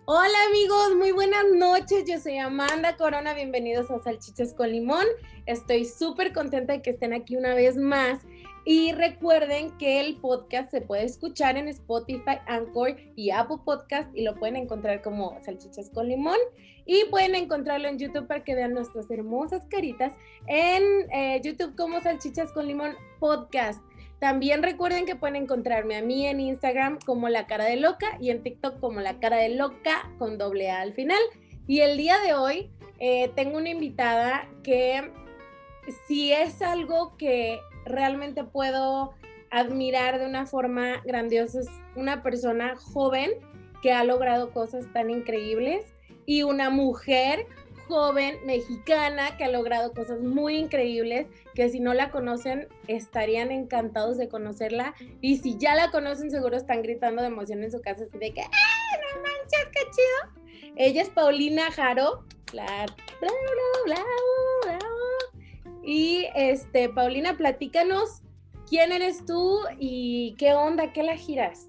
Hola amigos, muy buenas noches. Yo soy Amanda Corona, bienvenidos a Salchichas con Limón. Estoy súper contenta de que estén aquí una vez más. Y recuerden que el podcast se puede escuchar en Spotify, Anchor y Apple Podcast y lo pueden encontrar como Salchichas con Limón. Y pueden encontrarlo en YouTube para que vean nuestras hermosas caritas en YouTube como Salchichas con Limón Podcast. También recuerden que pueden encontrarme a mí en Instagram como La Cara de Loca y en TikTok como La Cara de Loca con doble A al final. Y el día de hoy tengo una invitada que si es algo que realmente puedo admirar de una forma grandiosa, es una persona joven que ha logrado cosas tan increíbles y una mujer joven mexicana que ha logrado cosas muy increíbles, que si no la conocen estarían encantados de conocerla, y si ya la conocen seguro están gritando de emoción en su casa así de que ¡ay, no manches, qué chido! Ella es Paulina Jaro. Bravo, bravo, bravo, bravo. Y Paulina, platícanos quién eres tú y qué onda, qué la giras.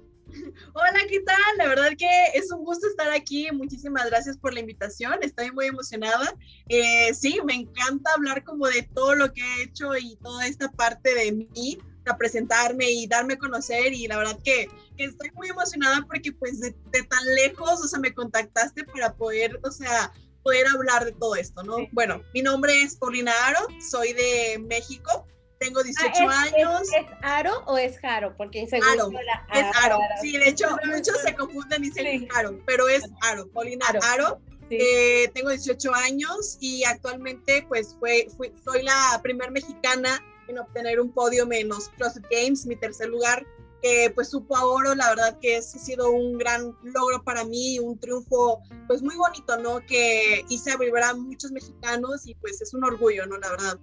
Hola, ¿qué tal? La verdad que es un gusto estar aquí. Muchísimas gracias por la invitación. Estoy muy emocionada. Sí, me encanta hablar como de todo lo que he hecho y toda esta parte de mí, a presentarme y darme a conocer. Y la verdad que estoy muy emocionada porque pues de tan lejos, o sea, me contactaste para poder, o sea, poder hablar de todo esto, ¿no? Sí. Bueno, mi nombre es Paulina Aro, soy de México. Tengo 18 años. ¿Es Aro o es Jaro? Porque seguro es Aro. Sí, de hecho, muchos se confunden y dicen sí. Aro, pero es Aro, Paulina Aro. Sí. Tengo 18 años y actualmente pues soy la primer mexicana en obtener un podio en los CrossFit Games, mi tercer lugar, que pues supo a oro. La verdad que ha sido un gran logro para mí, un triunfo pues muy bonito, ¿no? Que hice vibrar a muchos mexicanos y pues es un orgullo, ¿no? La verdad.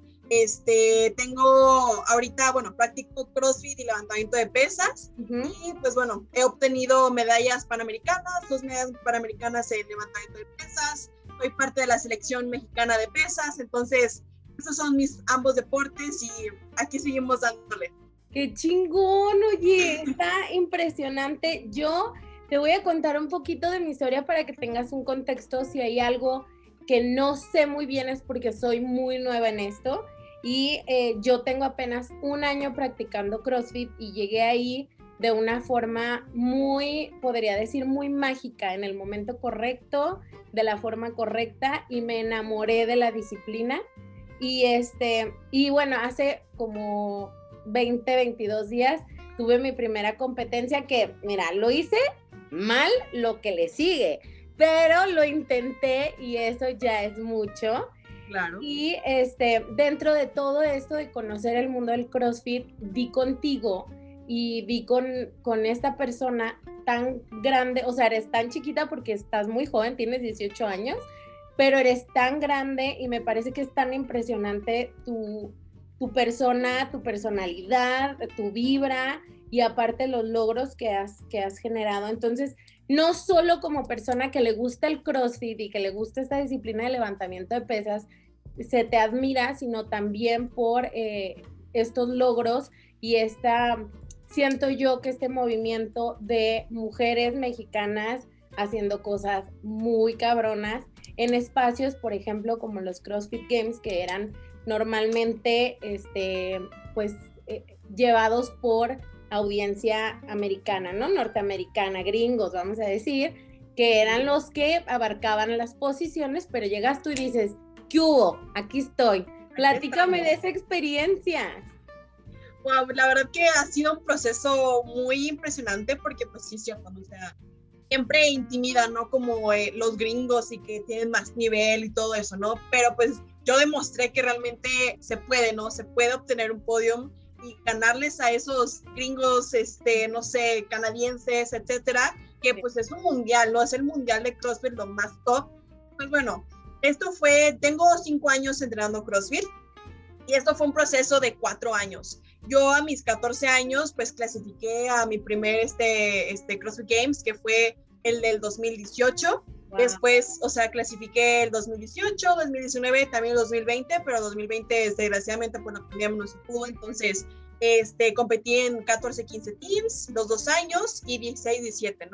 Tengo ahorita, bueno, practico CrossFit y levantamiento de pesas. Y pues bueno, he obtenido medallas panamericanas, 2 medallas panamericanas en levantamiento de pesas, soy parte de la selección mexicana de pesas, entonces esos son mis ambos deportes y aquí seguimos dándole. ¡Qué chingón! Oye, está impresionante. Yo te voy a contar un poquito de mi historia para que tengas un contexto. Si hay algo que no sé muy bien es porque soy muy nueva en esto. Y yo tengo apenas 1 año practicando CrossFit y llegué ahí de una forma muy, podría decir, muy mágica, en el momento correcto, de la forma correcta, y me enamoré de la disciplina. Y bueno, hace como 22 días tuve mi primera competencia que, mira, lo hice mal lo que le sigue, pero lo intenté y eso ya es mucho. Claro. Y dentro de todo esto de conocer el mundo del CrossFit, di contigo y di con esta persona tan grande, o sea, eres tan chiquita porque estás muy joven, tienes 18 años, pero eres tan grande y me parece que es tan impresionante tu persona, tu personalidad, tu vibra y aparte los logros que has generado. Entonces, no solo como persona que le gusta el CrossFit y que le gusta esta disciplina de levantamiento de pesas, se te admira, sino también por estos logros y siento yo que este movimiento de mujeres mexicanas haciendo cosas muy cabronas en espacios, por ejemplo, como los CrossFit Games, que eran normalmente llevados por audiencia americana, ¿no? Norteamericana, gringos, vamos a decir, que eran los que abarcaban las posiciones, pero llegas tú y dices, ¿qué hubo? Aquí estoy. Platícame de esa experiencia. Wow, la verdad que ha sido un proceso muy impresionante porque pues sí, cierto, o sea, siempre intimida, ¿no? Como los gringos y que tienen más nivel y todo eso, ¿no? Pero pues yo demostré que realmente se puede, ¿no? Se puede obtener un podium y ganarles a esos gringos, no sé, canadienses, etcétera, que pues es un mundial, ¿no? Es el mundial de CrossFit lo más top. Pues bueno, tengo 5 años entrenando CrossFit y esto fue un proceso de 4 años. Yo a mis 14 años pues clasifiqué a mi primer CrossFit Games, que fue el del 2018. Wow. Después, o sea, clasifiqué el 2018, 2019, también el 2020, pero 2020 desgraciadamente por la pandemia no se pudo, entonces competí en 14, 15 teams, los 2 años y 16, 17, ¿no?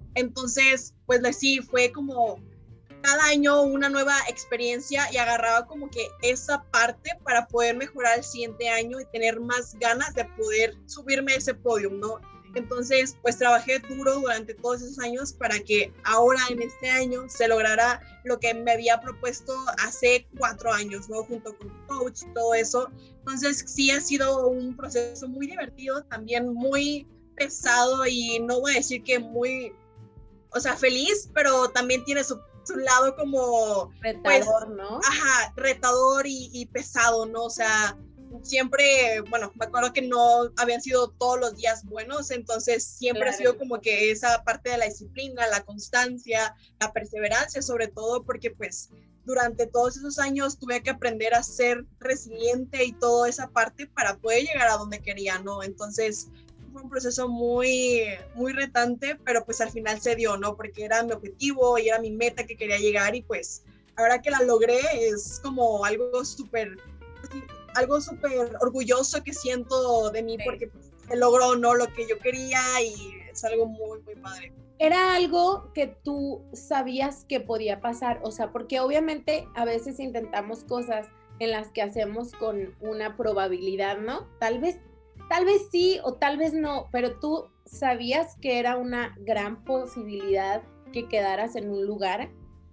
Entonces, pues sí, fue como cada año una nueva experiencia y agarraba como que esa parte para poder mejorar el siguiente año y tener más ganas de poder subirme a ese podio, ¿no? Entonces, pues trabajé duro durante todos esos años para que ahora en este año se lograra lo que me había propuesto hace 4 años, ¿no? Junto con el coach y todo eso. Entonces, sí ha sido un proceso muy divertido, también muy pesado y no voy a decir que muy, o sea, feliz, pero también tiene su lado como retador, pues, ¿no? Ajá, retador y pesado, ¿no? O sea, siempre, bueno, me acuerdo que no habían sido todos los días buenos, entonces siempre Claro. ha sido como que esa parte de la disciplina, la constancia, la perseverancia, sobre todo porque pues durante todos esos años tuve que aprender a ser resiliente y toda esa parte para poder llegar a donde quería, ¿no? Entonces fue un proceso muy, muy retante, pero pues al final se dio, ¿no? Porque era mi objetivo y era mi meta que quería llegar y pues ahora que la logré es como algo súper orgulloso que siento de mí, sí, porque pues, se logró, ¿no? Lo que yo quería y es algo muy, muy padre. ¿Era algo que tú sabías que podía pasar? O sea, porque obviamente a veces intentamos cosas en las que hacemos con una probabilidad, ¿no? Tal vez sí o tal vez no, pero tú sabías que era una gran posibilidad que quedaras en un lugar.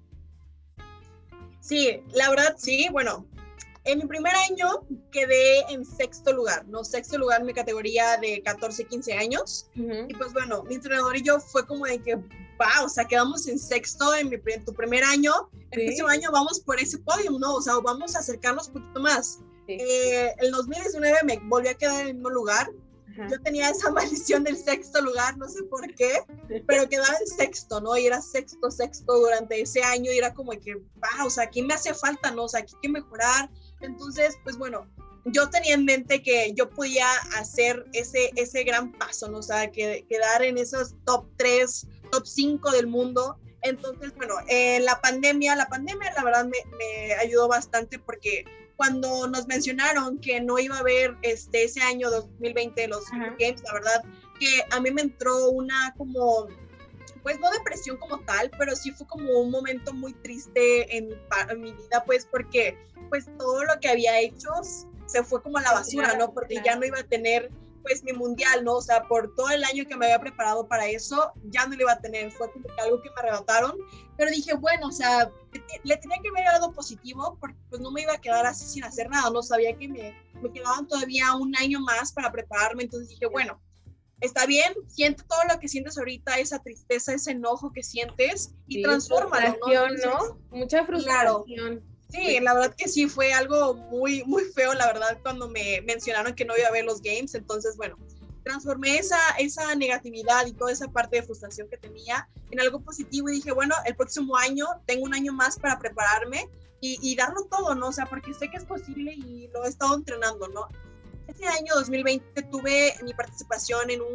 Sí, la verdad sí, bueno, en mi primer año quedé en 6º lugar, ¿no? 6º lugar en mi categoría de 14, 15 años. Y pues bueno, mi entrenador y yo fue como de que, wow, o sea, quedamos en 6º en tu primer año, el próximo año vamos por ese podium, ¿no? O sea, vamos a acercarnos un poquito más. El 2019 me volví a quedar en el mismo lugar. Yo tenía esa maldición del 6º lugar, no sé por qué, pero quedaba en 6º, ¿no? Y era 6º durante ese año y era como que, o sea, aquí me hace falta, ¿no? O sea, aquí hay que mejorar. Entonces, pues bueno, yo tenía en mente que yo podía hacer ese gran paso, ¿no? O sea, quedar en esos top 3, top 5 del mundo. Entonces, bueno, la pandemia, la verdad me ayudó bastante porque cuando nos mencionaron que no iba a haber ese año 2020 los Games, la verdad que a mí me entró una como, pues no depresión como tal, pero sí fue como un momento muy triste en mi vida, pues porque pues todo lo que había hecho se fue como a la basura, ¿no? Porque ya no iba a tener pues mi mundial, ¿no? O sea, por todo el año que me había preparado para eso, ya no lo iba a tener, fue como que algo que me arrebataron, pero dije, bueno, o sea, le tenía que ver algo positivo, porque pues no me iba a quedar así sin hacer nada, no sabía que me quedaban todavía un año más para prepararme, entonces dije, bueno, está bien, siente todo lo que sientes ahorita, esa tristeza, ese enojo que sientes y transfórmalo, ¿no? Entonces, ¿no? Mucha frustración. Claro. Sí, la verdad que sí, fue algo muy, muy feo, la verdad, cuando me mencionaron que no iba a ver los games. Entonces, bueno, transformé esa negatividad y toda esa parte de frustración que tenía en algo positivo y dije, bueno, el próximo año tengo un año más para prepararme y darlo todo, ¿no? O sea, porque sé que es posible y lo he estado entrenando, ¿no? Este año 2020 tuve mi participación en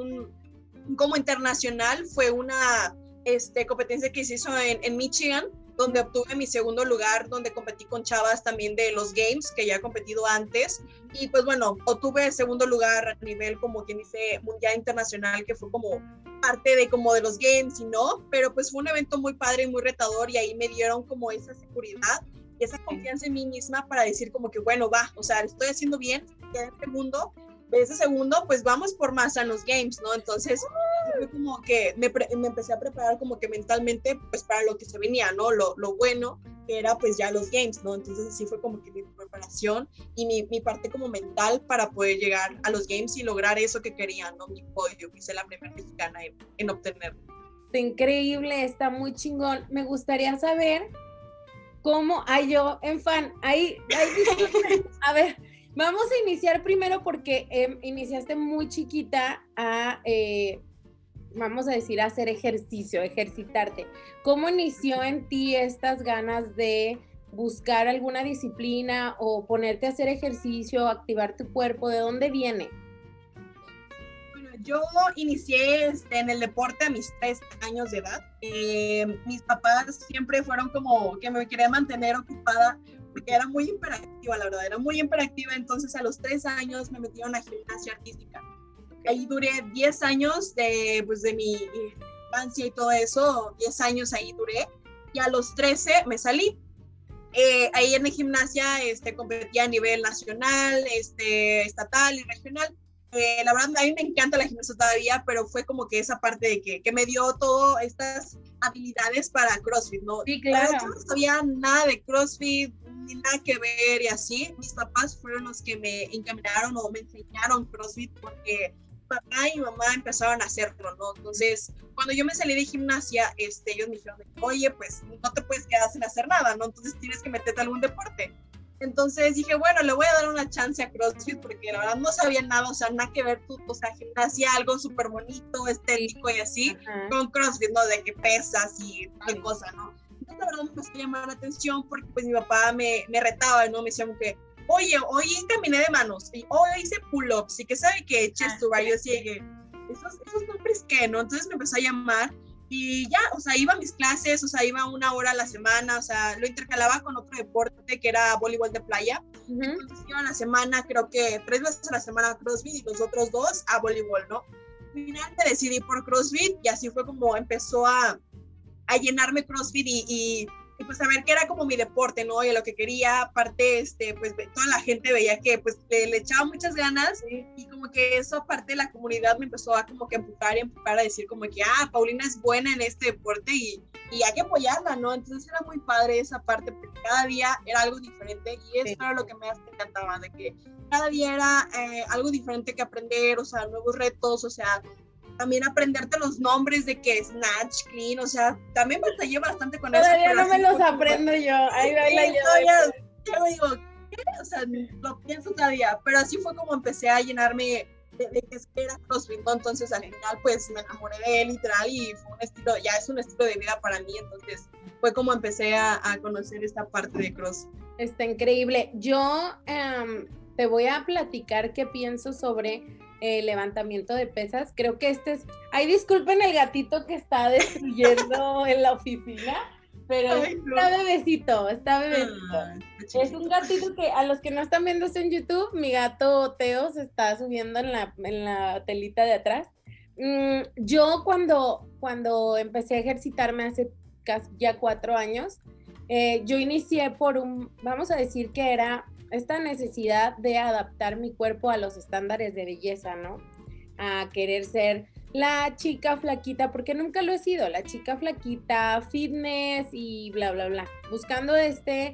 como internacional, fue una competencia que se hizo en Michigan, donde obtuve mi 2º lugar, donde competí con chavas también de los Games, que ya he competido antes, y pues bueno, obtuve el 2º lugar a nivel, como quien dice, mundial internacional, que fue como parte de los Games y no, pero pues fue un evento muy padre y muy retador, y ahí me dieron como esa seguridad y esa confianza en mí misma para decir como que bueno, va, o sea, lo estoy haciendo bien, quedé en segundo, de ese segundo, pues vamos por más a los Games, ¿no? Entonces, fue como que me empecé a preparar como que mentalmente, pues para lo que se venía, ¿no? Lo bueno, que era pues ya los Games, ¿no? Entonces, así fue como que mi preparación y mi parte como mental para poder llegar a los Games y lograr eso que quería, ¿no? Mi podio, que hice la primera mexicana en obtenerlo. Increíble, está muy chingón. Me gustaría saber cómo, yo en fan, ahí a ver, vamos a iniciar primero porque iniciaste muy chiquita vamos a decir, a hacer ejercicio, ejercitarte. ¿Cómo inició en ti estas ganas de buscar alguna disciplina o ponerte a hacer ejercicio, activar tu cuerpo? ¿De dónde viene? Bueno, yo inicié en el deporte a mis 3 años de edad. Mis papás siempre fueron como que me querían mantener ocupada porque era muy hiperactiva, la verdad, era muy hiperactiva. Entonces a los 3 años me metieron a gimnasia artística. Ahí duré 10 años de infancia y todo eso, 10 años ahí duré, y a los 13 me salí. Ahí en la gimnasia competía a nivel nacional, estatal y regional. La verdad, a mí me encanta la gimnasia todavía, pero fue como que esa parte de que me dio todas estas habilidades para CrossFit, ¿no? Sí, claro. Pero yo no sabía nada de CrossFit, ni nada que ver y así. Mis papás fueron los que me encaminaron o me enseñaron CrossFit porque papá y mamá empezaron a hacerlo, ¿no? Entonces, cuando yo me salí de gimnasia, ellos me dijeron, oye, pues no te puedes quedar sin hacer nada, ¿no? Entonces tienes que meterte a algún deporte. Entonces dije, bueno, le voy a dar una chance a CrossFit porque la verdad no sabía nada, o sea, nada que ver tú, o sea, gimnasia, algo súper bonito, estético y así, con CrossFit, ¿no? De que pesas y tal cosa, ¿no? Entonces la verdad me empezó a llamar la atención porque pues mi papá me retaba, ¿no? Me decía como que, oye, hoy caminé de manos, y hoy hice pull-ups, y que sabe que chest to bar, yo así que, esos nombres qué, ¿no? Entonces me empezó a llamar, y ya, o sea, iba a mis clases, o sea, iba 1 hora a la semana, o sea, lo intercalaba con otro deporte que era voleibol de playa, entonces iba a la semana, creo que 3 veces a la semana a CrossFit, y los otros 2 a voleibol, ¿no? Finalmente decidí por CrossFit, y así fue como empezó a llenarme CrossFit y pues saber que era como mi deporte, ¿no? Y lo que quería, aparte, pues toda la gente veía que pues le echaba muchas ganas y como que eso, aparte de la comunidad, me empezó a como que empujar a decir como que, Paulina es buena en este deporte y hay que apoyarla, ¿no? Entonces era muy padre esa parte, porque cada día era algo diferente y eso era lo que me encantaba, de que cada día era algo diferente que aprender, o sea, nuevos retos, o sea, también aprenderte los nombres de que Snatch, Clean, o sea, también batallé bastante con eso. Todavía no me los aprendo yo. Ahí baila yo digo, ¿qué? O sea, lo pienso todavía, pero así fue como empecé a llenarme de que era CrossFit, ¿no? Entonces al final pues me enamoré de él literal y fue un estilo, ya es un estilo de vida para mí, entonces fue como empecé a conocer esta parte de CrossFit. Está increíble. Yo te voy a platicar qué pienso sobre levantamiento de pesas. Creo que ay, disculpen el gatito que está destruyendo en la oficina, pero está bebecito. Es un gatito que, a los que no están viendo esto en YouTube, mi gato Teo se está subiendo en la telita de atrás. Yo cuando empecé a ejercitarme hace casi ya 4 años, yo inicié vamos a decir que era esta necesidad de adaptar mi cuerpo a los estándares de belleza, ¿no? A querer ser la chica flaquita, porque nunca lo he sido, la chica flaquita, fitness y bla, bla, bla. Buscando esta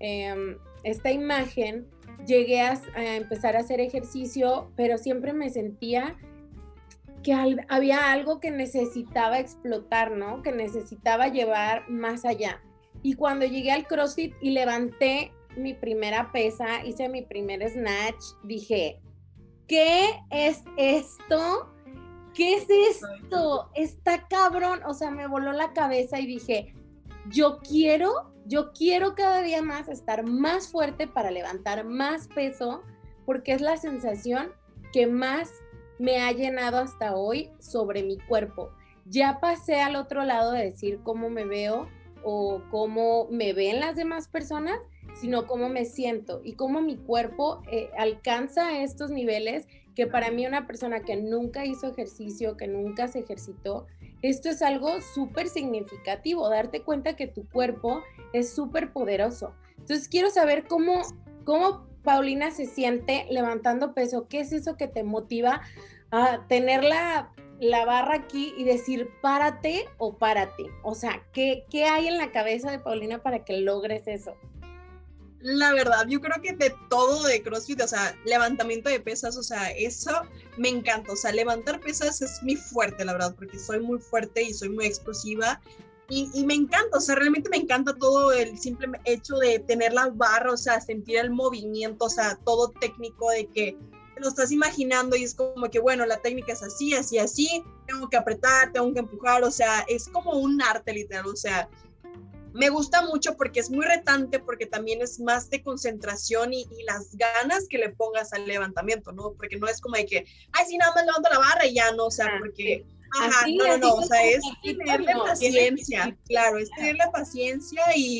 imagen, llegué a empezar a hacer ejercicio, pero siempre me sentía que había algo que necesitaba explotar, ¿no? Que necesitaba llevar más allá. Y cuando llegué al CrossFit y levanté mi primera pesa, hice mi primer snatch, dije, ¿qué es esto? ¿Qué es esto? Está cabrón, o sea, me voló la cabeza y dije, yo quiero cada día más estar más fuerte para levantar más peso, porque es la sensación que más me ha llenado hasta hoy sobre mi cuerpo. Ya pasé al otro lado de decir cómo me veo o cómo me ven las demás personas, sino cómo me siento y cómo mi cuerpo alcanza estos niveles que para mí una persona que nunca hizo ejercicio, que nunca se ejercitó, esto es algo súper significativo, darte cuenta que tu cuerpo es súper poderoso. Entonces quiero saber cómo Paulina se siente levantando peso, ¿qué es eso que te motiva a tener la barra aquí y decir párate o párate? O sea, ¿qué hay en la cabeza de Paulina para que logres eso? La verdad, yo creo que de todo de CrossFit, o sea, levantamiento de pesas, o sea, eso me encanta, o sea, levantar pesas es mi fuerte, la verdad, porque soy muy fuerte y soy muy explosiva y me encanta, o sea, realmente me encanta todo el simple hecho de tener la barra, o sea, sentir el movimiento, o sea, todo técnico de que te lo estás imaginando y es como que, bueno, la técnica es así, así, así, tengo que apretar, tengo que empujar, o sea, es como un arte literal, o sea, me gusta mucho porque es muy retante, porque también es más de concentración y las ganas que le pongas al levantamiento, ¿no? Porque no es como de que, ay, sí, nada más levanto la barra y ya, no, o sea, porque, ajá, así, no, o sea, es tenerle paciencia, claro, es tenerle paciencia y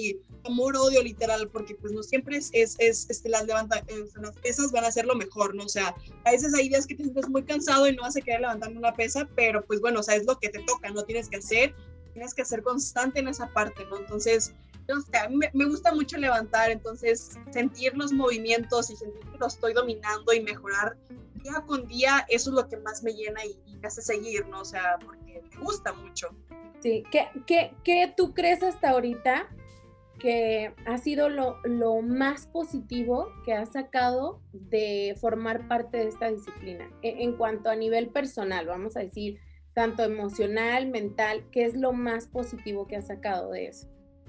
amor-odio literal, porque pues no siempre las pesas van a ser lo mejor, ¿no? O sea, a veces hay días que te sientes muy cansado y no vas a querer levantando una pesa, pero pues bueno, o sea, es lo que te toca, no tienes que ser constante en esa parte, ¿no? Entonces, o sea, a mí me gusta mucho levantar, entonces sentir los movimientos y sentir que lo estoy dominando y mejorar día con día, eso es lo que más me llena y me hace seguir, ¿no? O sea, porque me gusta mucho. Sí, ¿qué tú crees hasta ahorita que ha sido lo más positivo que has sacado de formar parte de esta disciplina? En cuanto a nivel personal, vamos a decir, tanto emocional, mental, ¿qué es lo más positivo que has sacado de eso?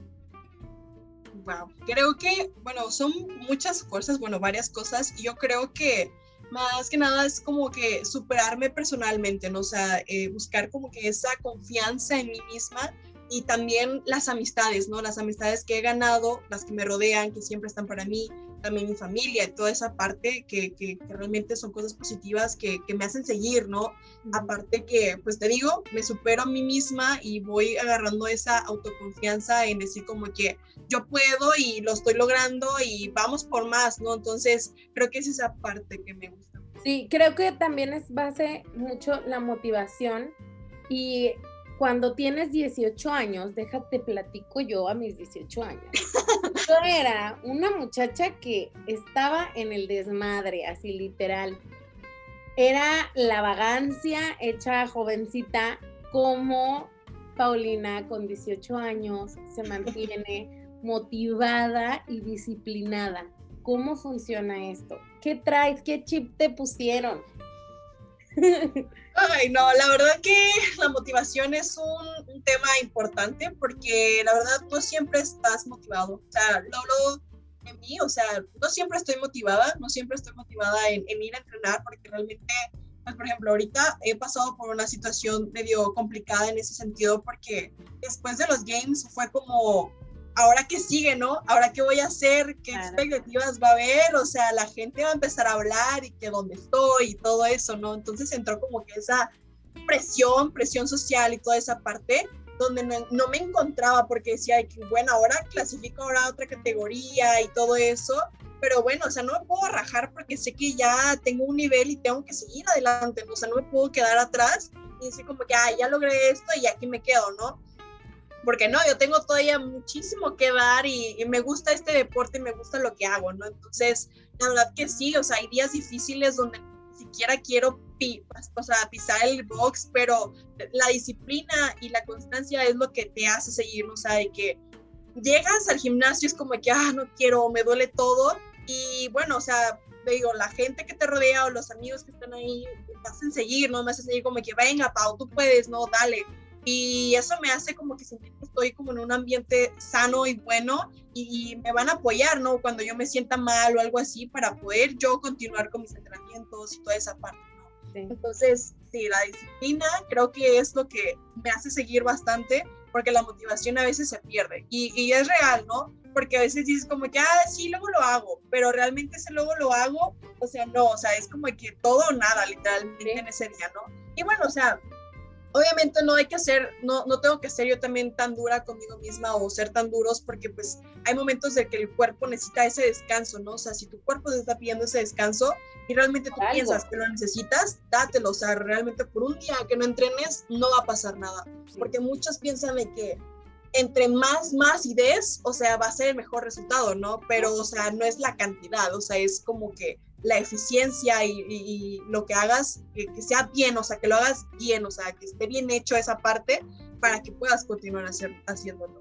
Wow, creo que, bueno, son muchas cosas, bueno, varias cosas, y yo creo que más que nada es como que superarme personalmente, ¿no? O sea, buscar como que esa confianza en mí misma y también las amistades, ¿no? Las amistades que he ganado, las que me rodean, que siempre están para mí, también mi familia y toda esa parte que realmente son cosas positivas que me hacen seguir, ¿no? Aparte que, pues te digo, me supero a mí misma y voy agarrando esa autoconfianza en decir como que yo puedo y lo estoy logrando y vamos por más, ¿no? Entonces, creo que es esa parte que me gusta. Sí, creo que también es base mucho la motivación y cuando tienes 18 años, déjate platico yo a mis 18 años. Yo era una muchacha que estaba en el desmadre, así literal. Era la vagancia hecha jovencita, como Paulina con 18 años se mantiene motivada y disciplinada. ¿Cómo funciona esto? ¿Qué traes? ¿Qué chip te pusieron? Ay, no, la verdad que la motivación es un tema importante porque la verdad no siempre estás motivado. O sea, lo hablo en mí, o sea, no siempre estoy motivada, no siempre estoy motivada en ir a entrenar porque realmente, pues, por ejemplo, ahorita he pasado por una situación medio complicada en ese sentido porque después de los games fue como, ¿ahora qué sigue, no? ¿Ahora qué voy a hacer? ¿Qué expectativas va a haber? O sea, la gente va a empezar a hablar y que dónde estoy y todo eso, ¿no? Entonces entró como que esa presión social y toda esa parte donde no me encontraba porque decía, que bueno, ahora clasifico ahora a otra categoría y todo eso, pero bueno, o sea, no me puedo rajar porque sé que ya tengo un nivel y tengo que seguir adelante, ¿no? O sea, no me puedo quedar atrás y decir como que, ya logré esto y aquí me quedo, ¿no? Porque no, yo tengo todavía muchísimo que dar y me gusta este deporte y me gusta lo que hago, ¿no? Entonces, la verdad que sí, o sea, hay días difíciles donde ni siquiera quiero pisar el box, pero la disciplina y la constancia es lo que te hace seguir, ¿no? O sea, de que llegas al gimnasio es como que, no quiero, me duele todo, y bueno, o sea, te digo, la gente que te rodea o los amigos que están ahí me hacen seguir, ¿no? Me hacen seguir como que, venga, Pau, tú puedes, ¿no? Dale. Y eso me hace como que sentir que estoy como en un ambiente sano y bueno y me van a apoyar, ¿no? Cuando yo me sienta mal o algo así para poder yo continuar con mis entrenamientos y toda esa parte, ¿no? Sí. Entonces, sí, la disciplina creo que es lo que me hace seguir bastante porque la motivación a veces se pierde y es real, ¿no? Porque a veces dices como que, sí, luego lo hago, pero realmente ese luego lo hago, o sea, no, o sea, es como que todo o nada literalmente ¿sí? En ese día, ¿no? Y bueno, o sea, obviamente no hay que ser, no tengo que ser yo también tan dura conmigo misma o ser tan duros porque pues hay momentos de que el cuerpo necesita ese descanso, ¿no? O sea, si tu cuerpo te está pidiendo ese descanso y realmente tú piensas que lo necesitas, dátelo, o sea, realmente por un día que no entrenes no va a pasar nada, porque muchos piensan de que entre más y des, o sea, va a ser el mejor resultado, ¿no? Pero, o sea, no es la cantidad, o sea, es como que la eficiencia y lo que hagas, que sea bien, o sea, que lo hagas bien, o sea, que esté bien hecho esa parte para que puedas continuar haciéndolo.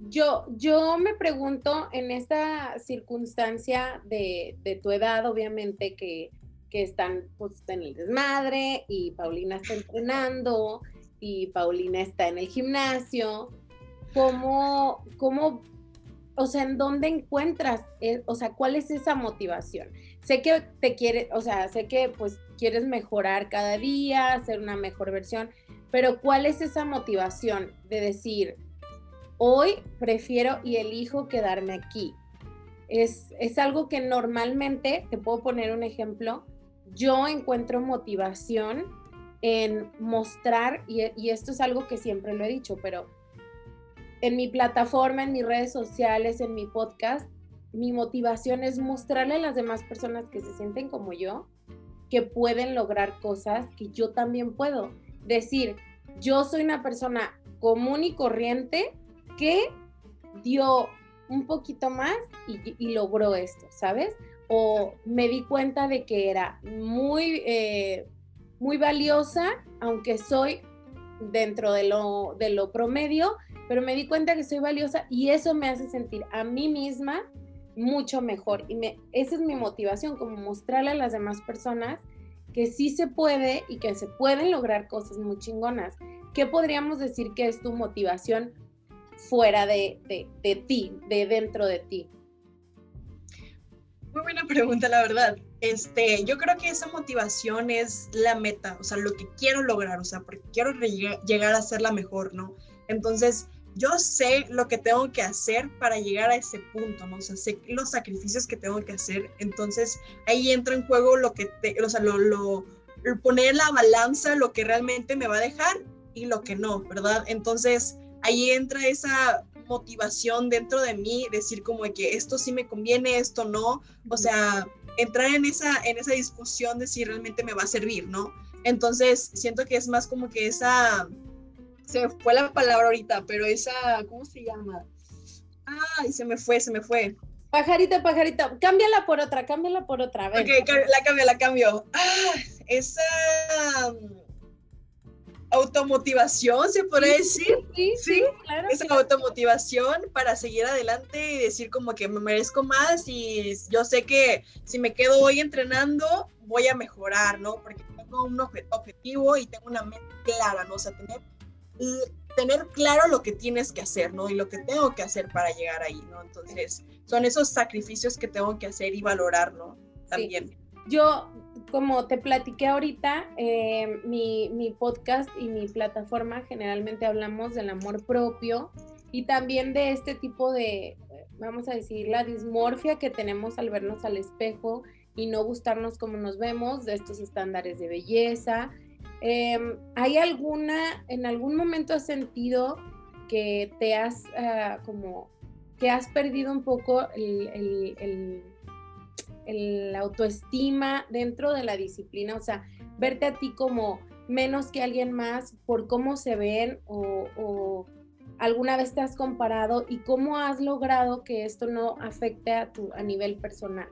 Yo me pregunto en esta circunstancia de tu edad, obviamente, que están pues, en el desmadre y Paulina está entrenando y Paulina está en el gimnasio, ¿cómo o sea, ¿en dónde encuentras, o sea, cuál es esa motivación? Sé que te quieres, o sea, sé que pues quieres mejorar cada día, hacer una mejor versión, pero ¿cuál es esa motivación de decir, hoy prefiero y elijo quedarme aquí? Es algo que normalmente, te puedo poner un ejemplo, yo encuentro motivación en mostrar, y esto es algo que siempre lo he dicho, pero en mi plataforma, en mis redes sociales, en mi podcast, mi motivación es mostrarle a las demás personas que se sienten como yo, que pueden lograr cosas que yo también puedo. Decir, yo soy una persona común y corriente que dio un poquito más y logró esto, ¿sabes? O me di cuenta de que era muy, muy valiosa, aunque soy dentro de lo promedio, pero me di cuenta que soy valiosa y eso me hace sentir a mí misma mucho mejor. Y esa es mi motivación, como mostrarle a las demás personas que sí se puede y que se pueden lograr cosas muy chingonas. ¿Qué podríamos decir que es tu motivación fuera de ti, de dentro de ti? Muy buena pregunta, la verdad. Yo creo que esa motivación es la meta, o sea, lo que quiero lograr, o sea, porque quiero llegar a ser la mejor, ¿no? Entonces, yo sé lo que tengo que hacer para llegar a ese punto, ¿no? O sea, sé los sacrificios que tengo que hacer. Entonces, ahí entra en juego poner la balanza, lo que realmente me va a dejar y lo que no, ¿verdad? Entonces, ahí entra esa motivación dentro de mí, decir como de que esto sí me conviene, esto no, o sea, entrar en esa discusión de si realmente me va a servir, ¿no? Entonces, siento que es más como que esa, se me fue la palabra ahorita, pero esa, ¿cómo se llama? Ay, se me fue. Pajarito, cámbiala por otra, ven. Ok, la cambio. Esa automotivación, ¿se podría decir? Sí, claro. Esa automotivación para seguir adelante y decir como que me merezco más y yo sé que si me quedo hoy entrenando voy a mejorar, ¿no? Porque tengo un objetivo y tengo una meta clara, ¿no? O sea, tener claro lo que tienes que hacer, ¿no? Y lo que tengo que hacer para llegar ahí, ¿no? Entonces, son esos sacrificios que tengo que hacer y valorar, ¿no? También. Sí. Yo, como te platiqué ahorita, mi podcast y mi plataforma generalmente hablamos del amor propio y también de este tipo de, vamos a decir, la dismorfia que tenemos al vernos al espejo y no gustarnos como nos vemos, de estos estándares de belleza. ¿Hay en algún momento has sentido que te has que has perdido un poco la autoestima dentro de la disciplina? O sea, verte a ti como menos que alguien más por cómo se ven o alguna vez te has comparado y cómo has logrado que esto no afecte a nivel personal.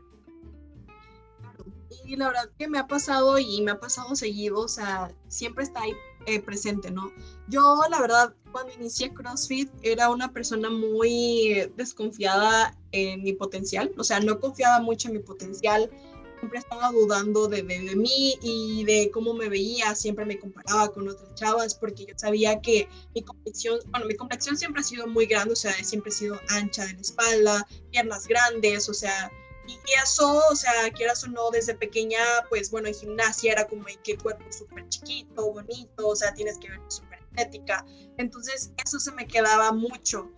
Y la verdad que me ha pasado y me ha pasado seguido, o sea, siempre está ahí presente, ¿no? Yo, la verdad, cuando inicié CrossFit era una persona muy desconfiada en mi potencial, o sea, no confiaba mucho en mi potencial, siempre estaba dudando de mí y de cómo me veía, siempre me comparaba con otras chavas porque yo sabía que mi complexión siempre ha sido muy grande, o sea, siempre he sido ancha de la espalda, piernas grandes, o sea, y eso, o sea, quieras o no, desde pequeña, pues bueno, en gimnasia era como que el cuerpo súper chiquito, bonito, o sea, tienes que ver súper estética. Entonces, eso se me quedó mucho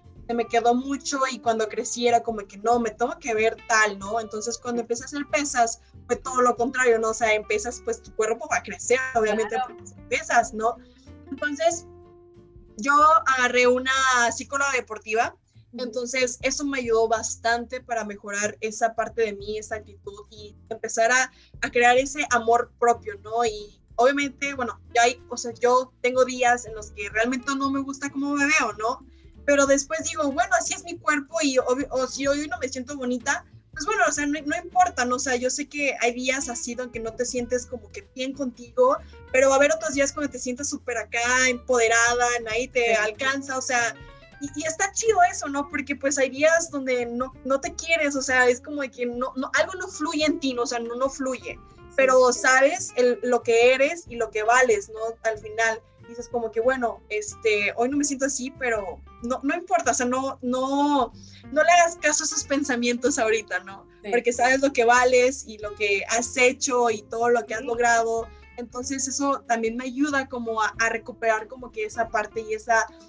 y cuando crecí era como que no, me tengo que ver tal, ¿no? Entonces, cuando empecé a hacer pesas, fue todo lo contrario, ¿no? O sea, en pesas, pues tu cuerpo va a crecer, obviamente, claro, porque son pesas, ¿no? Entonces, yo agarré una psicóloga deportiva. Entonces, eso me ayudó bastante para mejorar esa parte de mí, esa actitud y empezar a crear ese amor propio, ¿no? Y obviamente, bueno, yo tengo días en los que realmente no me gusta cómo me veo, ¿no? Pero después digo, bueno, así es mi cuerpo o si hoy no me siento bonita, pues bueno, o sea, no importa, ¿no? O sea, yo sé que hay días así donde no te sientes como que bien contigo, pero va a haber otros días cuando te sientes súper acá, empoderada, nadie te alcanza, o sea, y está chido eso, ¿no? Porque pues hay días donde no te quieres, o sea, es como de que algo no fluye en ti, ¿no? O sea, no fluye, pero sabes lo que eres y lo que vales, ¿no? Al final dices como que, bueno, hoy no me siento así, pero no importa, o sea, no le hagas caso a esos pensamientos ahorita, ¿no? Sí. Porque sabes lo que vales y lo que has hecho y todo lo que has logrado. Entonces eso también me ayuda como a recuperar como que esa parte y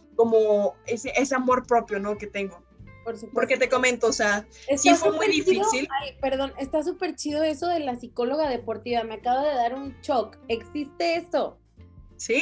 ese amor propio, ¿no? Que tengo. Por supuesto. Porque te comento, o sea, sí fue muy difícil. Ay, perdón, está súper chido eso de la psicóloga deportiva, me acaba de dar un shock. ¿Existe eso? Sí,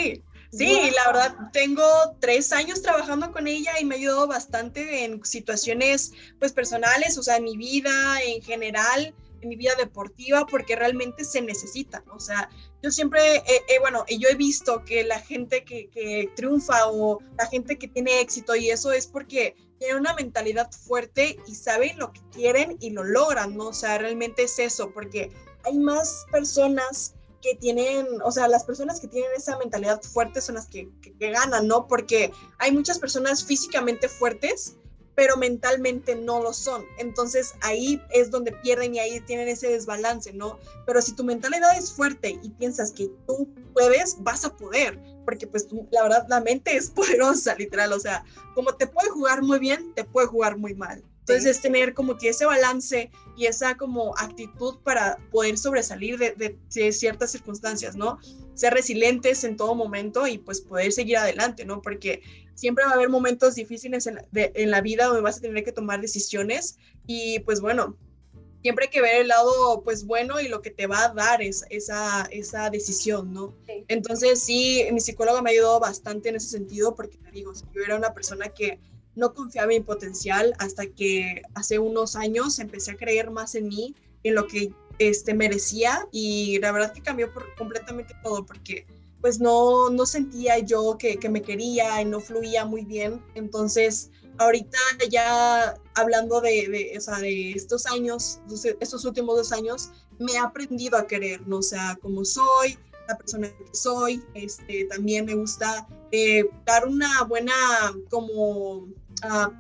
Sí, la verdad, tengo 3 años trabajando con ella y me ha ayudado bastante en situaciones, pues, personales, o sea, en mi vida en general, en mi vida deportiva, porque realmente se necesita, ¿no? O sea, yo siempre, bueno, yo he visto que la gente que triunfa o la gente que tiene éxito y eso es porque tienen una mentalidad fuerte y saben lo que quieren y lo logran, ¿no? O sea, realmente es eso, porque hay más personas que tienen, o sea, las personas que tienen esa mentalidad fuerte son las que ganan, ¿no? Porque hay muchas personas físicamente fuertes, pero mentalmente no lo son. Entonces ahí es donde pierden y ahí tienen ese desbalance, ¿no? Pero si tu mentalidad es fuerte y piensas que tú puedes, vas a poder, porque pues la verdad la mente es poderosa, literal, o sea, como te puede jugar muy bien, te puede jugar muy mal. Entonces es tener como que ese balance y esa como actitud para poder sobresalir de ciertas circunstancias, ¿no? Ser resilientes en todo momento y pues poder seguir adelante, ¿no? Porque siempre va a haber momentos difíciles en la vida donde vas a tener que tomar decisiones y pues bueno, siempre hay que ver el lado pues bueno y lo que te va a dar esa decisión, ¿no? Sí. Entonces sí, mi psicóloga me ayudó bastante en ese sentido porque te digo, yo era una persona que no confiaba en mi potencial hasta que hace unos años empecé a creer más en mí, en lo que merecía y la verdad que cambió completamente todo porque pues no sentía yo que me quería y no fluía muy bien, entonces ahorita ya hablando o sea, de estos años, estos últimos 2 años, me he aprendido a querer, ¿no? O sea, como soy, la persona que soy, también me gusta dar una buena, como, uh,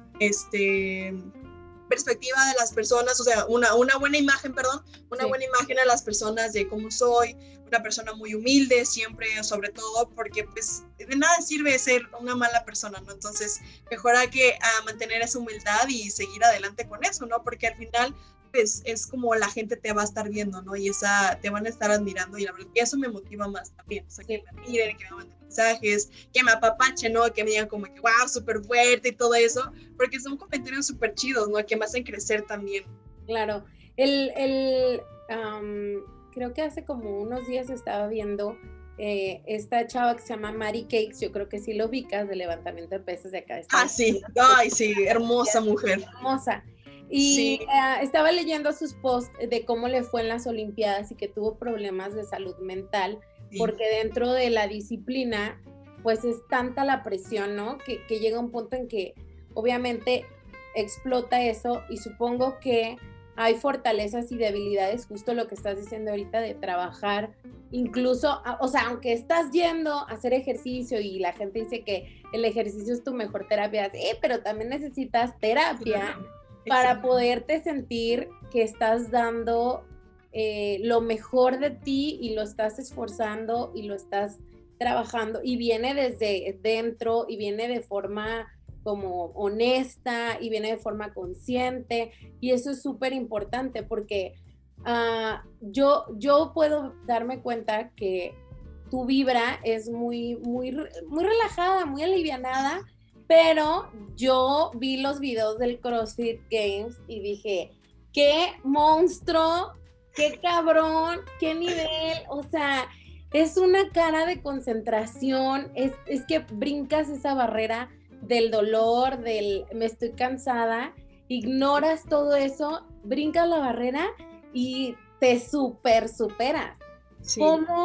perspectiva de las personas, o sea, una buena imagen, perdón, una buena imagen a las personas de cómo soy, una persona muy humilde siempre, sobre todo, porque pues de nada sirve ser una mala persona, ¿no? Entonces, mejor hay que mantener esa humildad y seguir adelante con eso, ¿no? Porque al final, pues es como la gente te va a estar viendo, ¿no? Y te van a estar admirando y la verdad que eso me motiva más también, o sea, que me admiren, que me manden mensajes, que me apapachen, ¿no? Que me digan como que, wow, súper fuerte y todo eso, porque son comentarios súper chidos, ¿no? Que me hacen crecer también. Claro, creo que hace como unos días estaba viendo esta chava que se llama Mary Cakes, yo creo que sí lo ubicas, de levantamiento de pesas de acá de Estados Sí, ay, sí, hermosa mujer. Hermosa. Y Sí. estaba leyendo sus posts de cómo le fue en las Olimpiadas y que tuvo problemas de salud mental, Sí. porque dentro de la disciplina, pues es tanta la presión, ¿no? Que llega un punto en que obviamente explota eso y supongo que hay fortalezas y debilidades, justo lo que estás diciendo ahorita de trabajar, incluso, o sea, aunque estás yendo a hacer ejercicio y la gente dice que el ejercicio es tu mejor terapia, sí, pero también necesitas terapia para poderte sentir que estás dando lo mejor de ti y lo estás esforzando y lo estás trabajando y viene desde dentro y viene de forma como honesta y viene de forma consciente y eso es súper importante porque yo puedo darme cuenta que tu vibra es muy relajada, muy alivianada, pero yo vi los videos del CrossFit Games y dije, qué monstruo, qué cabrón, qué nivel, o sea, es una cara de concentración, es que brincas esa barrera del dolor, del me estoy cansada, ignoras todo eso, brincas la barrera y te superas. Sí.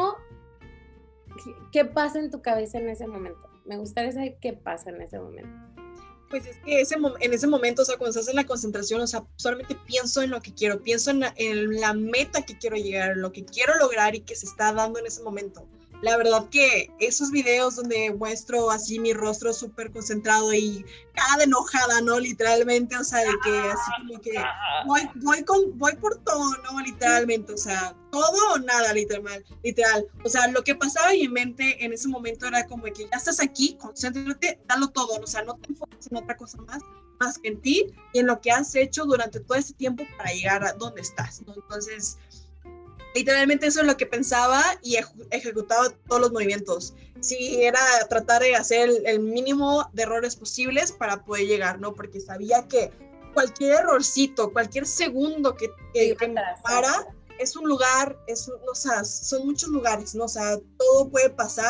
¿Qué pasa en tu cabeza en ese momento? Me gustaría saber qué pasa en ese momento. Pues es que en ese momento, o sea, cuando estás en la concentración, o sea, solamente pienso en lo que quiero, pienso en la meta que quiero llegar, lo que quiero lograr y que se está dando en ese momento. La verdad que esos videos donde muestro así mi rostro súper concentrado y cara de enojada, ¿no? Literalmente, o sea, de que así como que voy por todo, ¿no? Literalmente, o sea, todo o nada, literal. O sea, lo que pasaba en mi mente en ese momento era como que ya estás aquí, concéntrate, dalo todo, o sea, no te enfoques en otra cosa más que en ti y en lo que has hecho durante todo ese tiempo para llegar a donde estás, ¿no? Entonces, literalmente eso es lo que pensaba y ejecutaba todos los movimientos. Sí, era tratar de hacer el mínimo de errores posibles para poder llegar, ¿no? Porque sabía que cualquier errorcito, cualquier segundo que me para, es un lugar, o sea, son muchos lugares, ¿no? O sea, todo puede pasar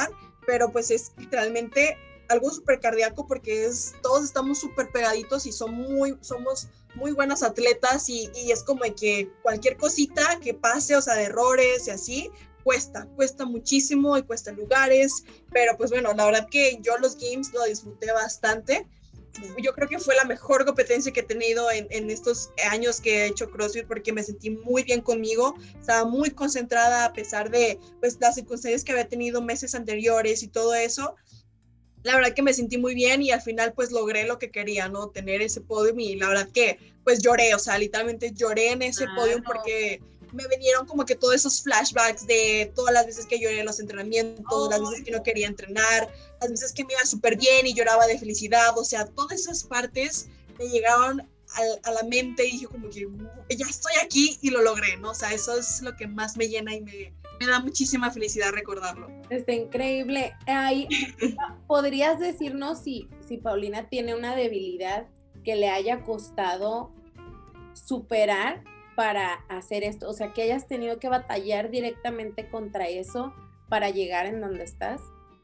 pero pues es literalmente algo súper cardíaco porque todos estamos súper pegaditos y somos muy buenos atletas y es como que cualquier cosita que pase, o sea, de errores y así, cuesta muchísimo y cuesta lugares, pero pues bueno, la verdad que yo los games lo disfruté bastante. Yo creo que fue la mejor competencia que he tenido en estos años que he hecho CrossFit porque me sentí muy bien conmigo, estaba muy concentrada a pesar de pues las circunstancias que había tenido meses anteriores y todo eso. La verdad que me sentí muy bien y al final pues logré lo que quería, ¿no? Tener ese podium y la verdad que pues lloré, o sea, literalmente lloré en ese podium porque me vinieron como que todos esos flashbacks de todas las veces que lloré en los entrenamientos, las veces que no quería entrenar, las veces que me iba súper bien y lloraba de felicidad, o sea, todas esas partes me llegaron a la mente y dije como que ya estoy aquí y lo logré, ¿no? O sea, eso es lo que más me llena y me da muchísima felicidad recordarlo. Está increíble. Ay, ¿podrías decirnos si Paulina tiene una debilidad que le haya costado superar para hacer esto? O sea, que hayas tenido que batallar directamente contra eso para llegar en donde estás.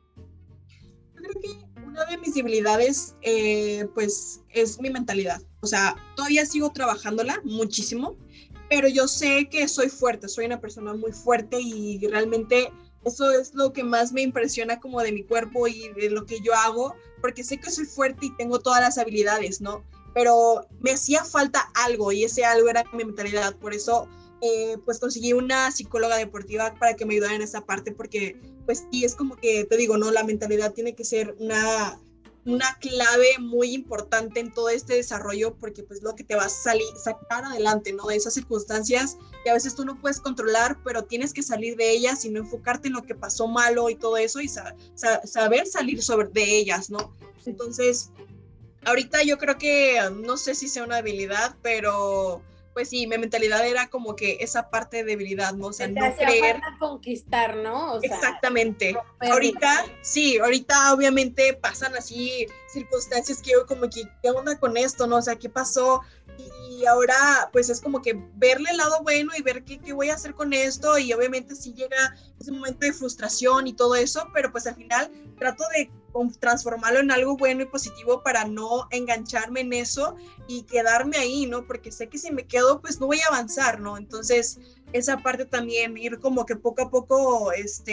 Yo creo que una de mis debilidades, pues, es mi mentalidad. O sea, todavía sigo trabajándola muchísimo, pero yo sé que soy fuerte, soy una persona muy fuerte y realmente eso es lo que más me impresiona como de mi cuerpo y de lo que yo hago, porque sé que soy fuerte y tengo todas las habilidades, ¿no? Pero me hacía falta algo y ese algo era mi mentalidad. Por eso, pues conseguí una psicóloga deportiva para que me ayudara en esa parte, porque pues sí, es como que te digo, ¿no? La mentalidad tiene que ser una clave muy importante en todo este desarrollo porque pues lo que te va a sacar adelante, ¿no? De esas circunstancias que a veces tú no puedes controlar, pero tienes que salir de ellas y no enfocarte en lo que pasó malo y todo eso y saber salir de ellas, ¿no? Entonces, ahorita yo creo que no sé si sea una habilidad, pero pues sí, mi mentalidad era como que esa parte de debilidad, ¿no? O sea, Te no hacía creer. falta conquistar, ¿no? O sea, Exactamente. romperlo. Ahorita obviamente pasan así circunstancias que yo como que, ¿qué onda con esto, no? O sea, ¿qué pasó? Y ahora pues es como que verle el lado bueno y ver qué voy a hacer con esto y obviamente sí llega ese momento de frustración y todo eso, pero pues al final trato de transformarlo en algo bueno y positivo para no engancharme en eso y quedarme ahí, ¿no? Porque sé que si me quedo pues no voy a avanzar, ¿no? Entonces esa parte también, ir como que poco a poco,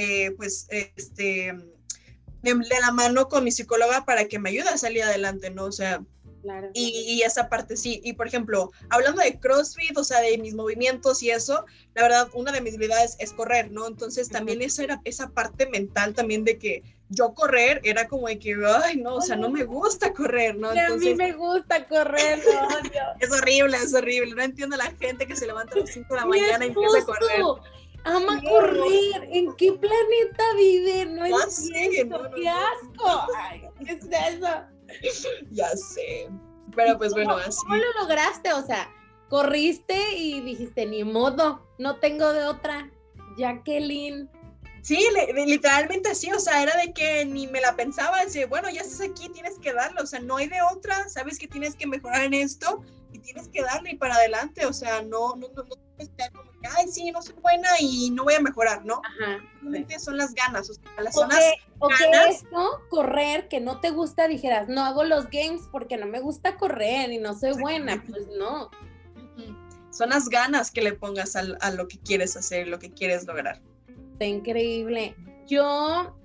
de la mano con mi psicóloga para que me ayude a salir adelante, ¿no? O sea, Claro. y esa parte sí. Y por ejemplo, hablando de CrossFit, o sea, de mis movimientos y eso, la verdad, una de mis habilidades es correr, ¿no? Entonces también eso era esa parte mental también de que yo correr era como de que, ay, no, o sea, no me gusta correr, ¿no? Y a mí Entonces me gusta correr, lo odio. es horrible. No entiendo a la gente que se levanta a las 5 de la Mi mañana y empieza a correr. esposo ama No. correr. ¿En qué planeta vive? No Ya sé, entiendo. ¡Qué asco! Ay, ¿qué es eso? Ya sé. Pero pues bueno, así. ¿Cómo lo lograste? O sea, corriste y dijiste, ni modo, no tengo de otra. Jacqueline. Sí, literalmente así, o sea, era de que ni me la pensaba, decía, bueno, ya estás aquí, tienes que darle, o sea, no hay de otra, sabes que tienes que mejorar en esto y tienes que darle y para adelante, o sea, no tienes que como que, ay, sí, no soy buena y no voy a mejorar, ¿no? Ajá. Simplemente son las ganas, o sea, las O zonas que ganas. esto, correr, que no te gusta, dijeras, no hago los games porque no me gusta correr y no soy buena, pues no. Son las ganas que le pongas a lo que quieres hacer, lo que quieres lograr. Está increíble. Yo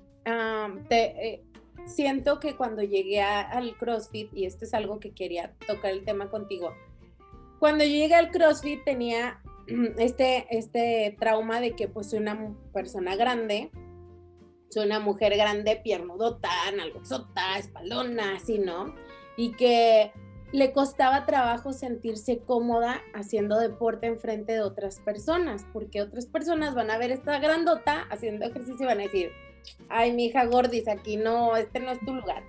siento que cuando llegué al CrossFit, y esto es algo que quería tocar el tema contigo, cuando yo llegué al CrossFit tenía este trauma de que pues soy una persona grande, soy una mujer grande, piernudota, nalgosota, espaldona, así, ¿no? Y que le costaba trabajo sentirse cómoda haciendo deporte enfrente de otras personas, porque otras personas van a ver esta grandota haciendo ejercicio y van a decir, ay, mi hija gordis, aquí no, este no es tu lugar.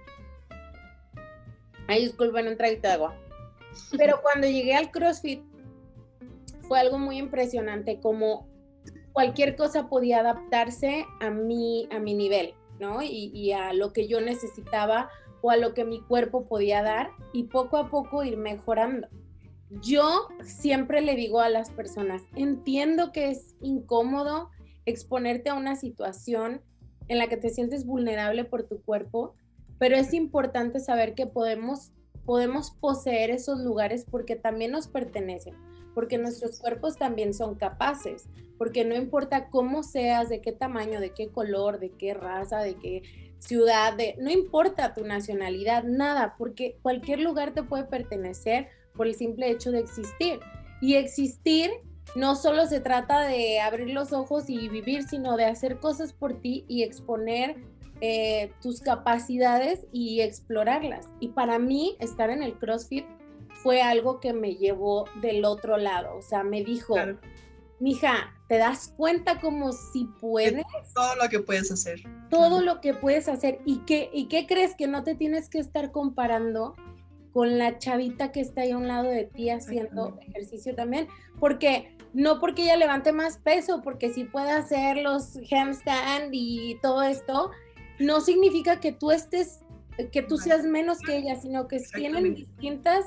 Ay, disculpen, un traguito de agua. Pero cuando llegué al CrossFit fue algo muy impresionante, como cualquier cosa podía adaptarse a mi nivel, ¿no? Y a lo que yo necesitaba o a lo que mi cuerpo podía dar y poco a poco ir mejorando. Yo siempre le digo a las personas, entiendo que es incómodo exponerte a una situación en la que te sientes vulnerable por tu cuerpo, pero es importante saber que podemos poseer esos lugares porque también nos pertenecen, porque nuestros cuerpos también son capaces, porque no importa cómo seas, de qué tamaño, de qué color, de qué raza, de qué ciudad, no importa tu nacionalidad, nada, porque cualquier lugar te puede pertenecer por el simple hecho de existir. Y existir no solo se trata de abrir los ojos y vivir, sino de hacer cosas por ti y exponer tus capacidades y explorarlas. Y para mí, estar en el CrossFit fue algo que me llevó del otro lado. O sea, me dijo, claro, mija, ¿te das cuenta como si puedes? Todo lo que puedes hacer. Todo lo que puedes hacer. ¿Y qué crees? Que no te tienes que estar comparando con la chavita que está ahí a un lado de ti haciendo ejercicio también, porque no porque ella levante más peso, porque sí puede hacer los handstand y todo esto, no significa que tú seas menos que ella, sino que tienen distintas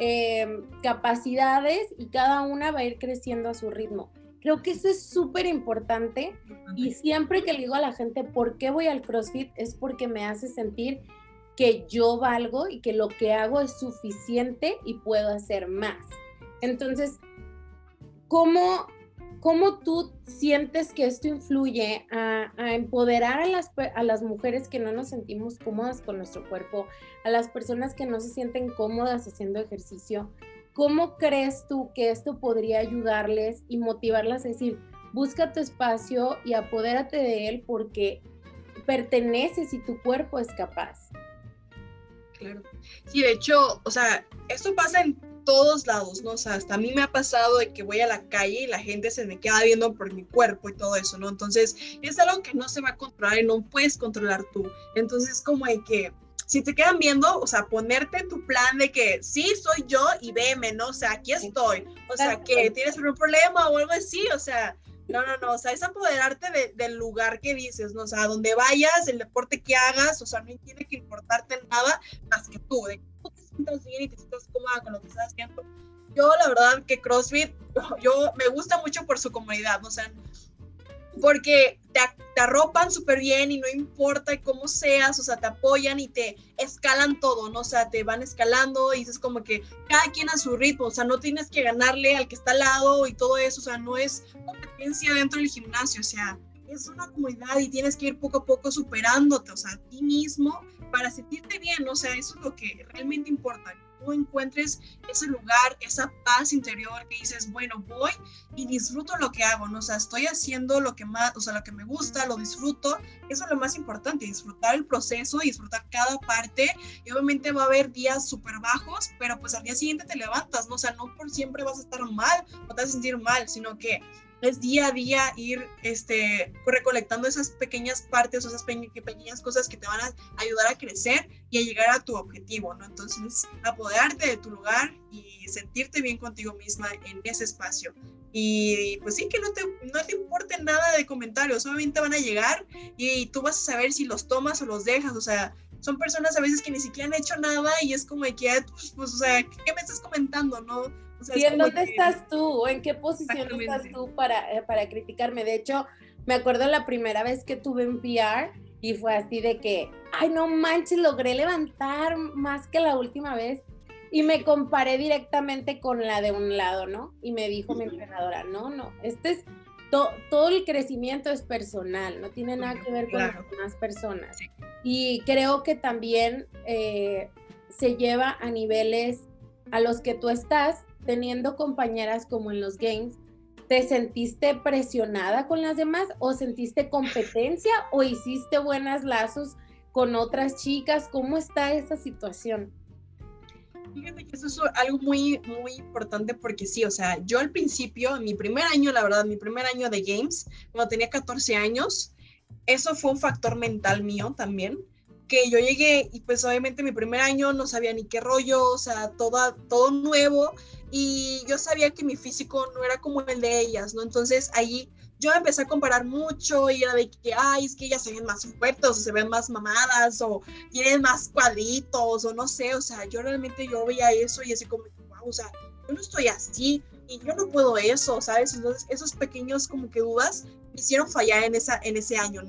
capacidades y cada una va a ir creciendo a su ritmo. Creo que eso es súper importante y siempre que le digo a la gente por qué voy al CrossFit es porque me hace sentir que yo valgo y que lo que hago es suficiente y puedo hacer más. Entonces, ¿cómo tú sientes que esto influye a empoderar a las mujeres que no nos sentimos cómodas con nuestro cuerpo, a las personas que no se sienten cómodas haciendo ejercicio? ¿Cómo crees tú que esto podría ayudarles y motivarlas a decir, busca tu espacio y apodérate de él porque perteneces y tu cuerpo es capaz? Claro. Sí, de hecho, o sea, esto pasa en todos lados, ¿no? O sea, hasta a mí me ha pasado de que voy a la calle y la gente se me queda viendo por mi cuerpo y todo eso, ¿no? Entonces, es algo que no se va a controlar y no puedes controlar tú. Entonces, como de que si te quedan viendo, o sea, ponerte tu plan de que sí, soy yo y veme, ¿no? O sea, aquí estoy. O sea, que tienes un problema o algo así, o sea, no, o sea, es apoderarte del lugar que dices, ¿no? O sea, donde vayas, el deporte que hagas, o sea, no tiene que importarte nada más que tú, de que tú te sientas bien y te sientas cómoda con lo que estás haciendo. Yo, la verdad, que CrossFit, yo me gusta mucho por su comunidad, ¿no? O sea, porque te arropan súper bien y no importa cómo seas, o sea, te apoyan y te escalan todo, ¿no? O sea, te van escalando y dices como que cada quien a su ritmo, o sea, no tienes que ganarle al que está al lado y todo eso, o sea, no es competencia dentro del gimnasio, o sea, es una comunidad y tienes que ir poco a poco superándote, o sea, a ti mismo para sentirte bien, o sea, eso es lo que realmente importa. Tú encuentres ese lugar, esa paz interior que dices, bueno, voy y disfruto lo que hago, ¿no? O sea, estoy haciendo lo que más, o sea, lo que me gusta, lo disfruto, eso es lo más importante, disfrutar el proceso, disfrutar cada parte, y obviamente va a haber días súper bajos, pero pues al día siguiente te levantas, ¿no? O sea, no por siempre vas a estar mal o te vas a sentir mal, sino que es día a día ir recolectando esas pequeñas partes o esas pequeñas cosas que te van a ayudar a crecer y a llegar a tu objetivo, ¿no? Entonces, apoderarte de tu lugar y sentirte bien contigo misma en ese espacio. Y pues sí, que no te importe nada de comentarios, obviamente van a llegar y tú vas a saber si los tomas o los dejas, o sea, son personas a veces que ni siquiera han hecho nada y es como de que, pues o sea, ¿qué me estás comentando, no? O sea, ¿Y en dónde estás tú? ¿O en qué posición estás tú para criticarme? De hecho, me acuerdo la primera vez que tuve un PR y fue así de que, ay, no manches, logré levantar más que la última vez. Y me comparé directamente con la de un lado, ¿no? Y me dijo mi entrenadora, no, todo el crecimiento es personal, no tiene nada que ver con las demás personas. Sí. Y creo que también se lleva a niveles a los que tú estás teniendo compañeras como en los games. ¿Te sentiste presionada con las demás o sentiste competencia o hiciste buenos lazos con otras chicas? ¿Cómo está esa situación? Fíjate que eso es algo muy, muy importante porque sí, o sea, yo al principio, en mi primer año, la verdad, mi primer año de games, cuando tenía 14 años, eso fue un factor mental mío también, que yo llegué y pues obviamente mi primer año no sabía ni qué rollo, o sea, todo nuevo, y yo sabía que mi físico no era como el de ellas, ¿no? Entonces ahí yo me empecé a comparar mucho y era de que, ay, es que ellas se ven más fuertes o se ven más mamadas o tienen más cuadritos o no sé, o sea, yo veía eso y así como, wow, o sea, yo no estoy así y yo no puedo eso, ¿sabes? Entonces esos pequeños como que dudas me hicieron fallar en ese año, ¿no?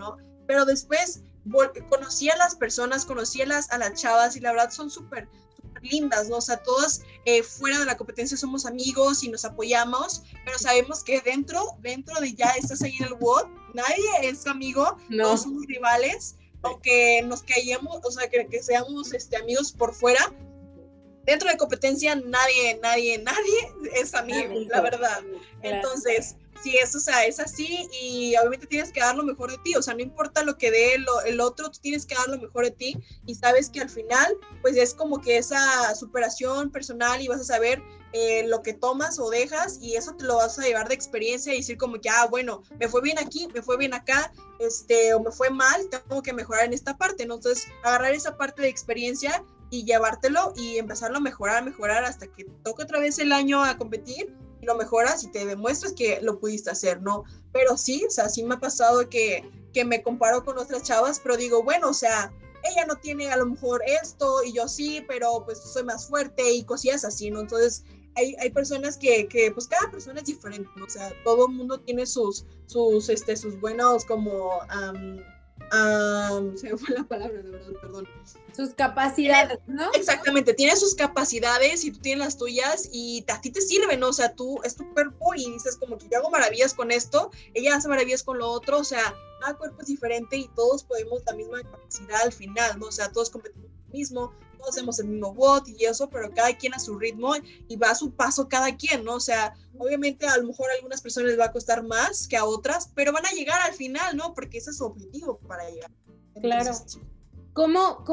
pero después conocí a las personas, conocí a las chavas y la verdad son súper lindas, ¿no? O sea, todas fuera de la competencia somos amigos y nos apoyamos, pero sabemos que dentro de ya estás ahí en el WOD, nadie es amigo, No. todos somos rivales, aunque nos callemos, o sea, que seamos amigos por fuera, dentro de competencia nadie es amigo, la verdad. Entonces, sí, eso, o sea, es así y obviamente tienes que dar lo mejor de ti, o sea, no importa lo que dé el otro, tú tienes que dar lo mejor de ti y sabes que al final, pues es como que esa superación personal y vas a saber lo que tomas o dejas y eso te lo vas a llevar de experiencia y decir como que, bueno, me fue bien aquí, me fue bien acá, o me fue mal, tengo que mejorar en esta parte, ¿no? Entonces, agarrar esa parte de experiencia y llevártelo y empezarlo a mejorar hasta que toque otra vez el año a competir y lo mejoras y te demuestras que lo pudiste hacer, ¿no? Pero sí, o sea, sí me ha pasado que me comparo con otras chavas, pero digo, bueno, o sea, ella no tiene a lo mejor esto y yo sí, pero pues soy más fuerte y cosillas así, ¿no? Entonces, hay personas que pues cada persona es diferente, ¿no? O sea, todo el mundo tiene sus buenos como, se me fue la palabra, de verdad, perdón. Sus capacidades, ¿no? Exactamente, tiene sus capacidades y tú tienes las tuyas y a ti te sirven, ¿no? O sea, tú es tu cuerpo y dices como que yo hago maravillas con esto, ella hace maravillas con lo otro, o sea, cada cuerpo es diferente y todos podemos la misma capacidad al final, ¿no? O sea, todos competimos lo mismo, todos hacemos el mismo bot y eso, pero cada quien a su ritmo y va a su paso cada quien, ¿no? O sea, obviamente a lo mejor a algunas personas les va a costar más que a otras, pero van a llegar al final, ¿no? Porque ese es su objetivo para llegar. Entonces, claro.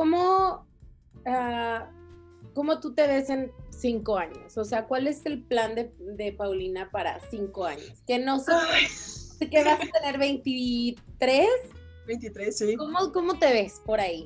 ¿Cómo tú te ves en 5 años? O sea, ¿cuál es el plan de Paulina para 5 años? Que no son, que vas a tener 23. 23, sí. ¿Cómo te ves por ahí?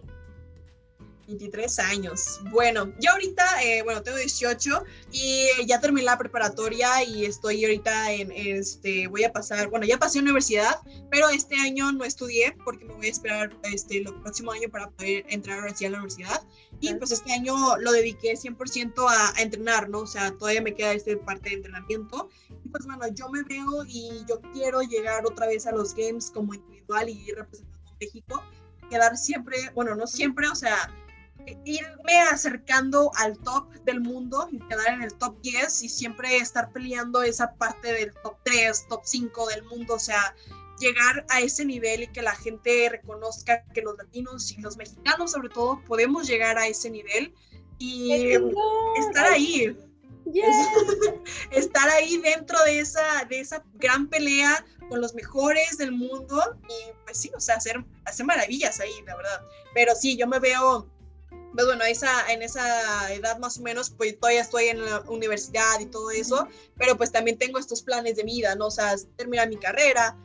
23 años. Bueno, yo ahorita, tengo 18 y ya terminé la preparatoria y estoy ahorita voy a pasar, ya pasé a universidad, pero este año no estudié porque me voy a esperar el próximo año para poder entrar ahora sí a la universidad. Y pues este año lo dediqué 100% a entrenar, ¿no? O sea, todavía me queda parte de entrenamiento. Y pues bueno, yo me veo y yo quiero llegar otra vez a los games como individual y ir representando a México. Quedar siempre, bueno, no siempre, o sea, irme acercando al top del mundo y quedar en el top 10 y siempre estar peleando esa parte del top 3, top 5 del mundo, o sea, llegar a ese nivel y que la gente reconozca que los latinos y los mexicanos sobre todo podemos llegar a ese nivel y estar ahí. Yeah. Estar ahí dentro de esa gran pelea con los mejores del mundo y pues sí, o sea, hacer maravillas ahí, la verdad. Pero sí, yo me veo, pues bueno, en esa edad más o menos, pues todavía estoy en la universidad y todo eso, pero pues también tengo estos planes de vida, ¿no? O sea, terminar mi carrera,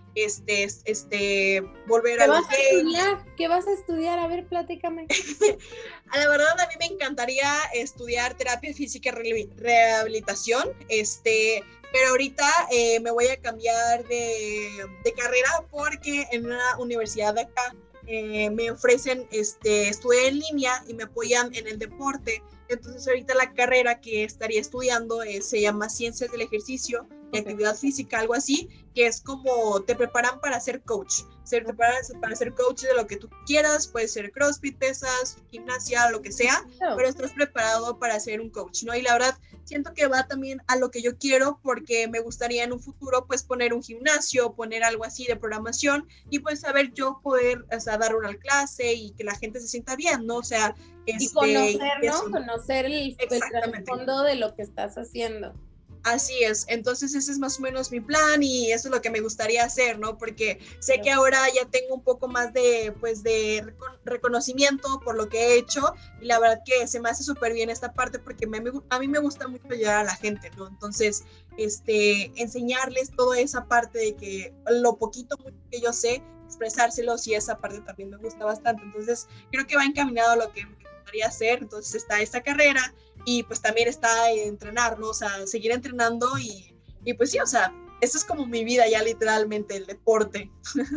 volver a los games. ¿Qué vas a estudiar? A ver, platícame. La verdad, a mí me encantaría estudiar terapia física y rehabilitación, pero ahorita me voy a cambiar de carrera porque en una universidad de acá me ofrecen estudiar en línea y me apoyan en el deporte. Entonces ahorita la carrera que estaría estudiando se llama Ciencias del Ejercicio y Actividad Física, algo así, que es como te preparan para ser coach. Te preparan para ser coach de lo que tú quieras, puede ser CrossFit, pesas, gimnasia, lo que sea, pero estás preparado para ser un coach, ¿no? Y la verdad, siento que va también a lo que yo quiero porque me gustaría en un futuro pues poner un gimnasio, poner algo así de programación y pues saber yo poder, o sea, dar una clase y que la gente se sienta bien, ¿no? O sea, y conocer, ¿no? Conocer el fondo de lo que estás haciendo. Así es, entonces ese es más o menos mi plan y eso es lo que me gustaría hacer, ¿no? Porque sé que ahora ya tengo un poco más de reconocimiento por lo que he hecho y la verdad que se me hace súper bien esta parte porque a mí me gusta mucho ayudar a la gente, ¿no? Entonces, enseñarles toda esa parte de que lo poquito mucho que yo sé, expresárselos y esa parte también me gusta bastante, entonces creo que va encaminado a lo que me gustaría hacer, entonces está esta carrera y pues también está entrenar, ¿no? O sea, seguir entrenando y pues sí, o sea, eso es como mi vida ya literalmente, el deporte.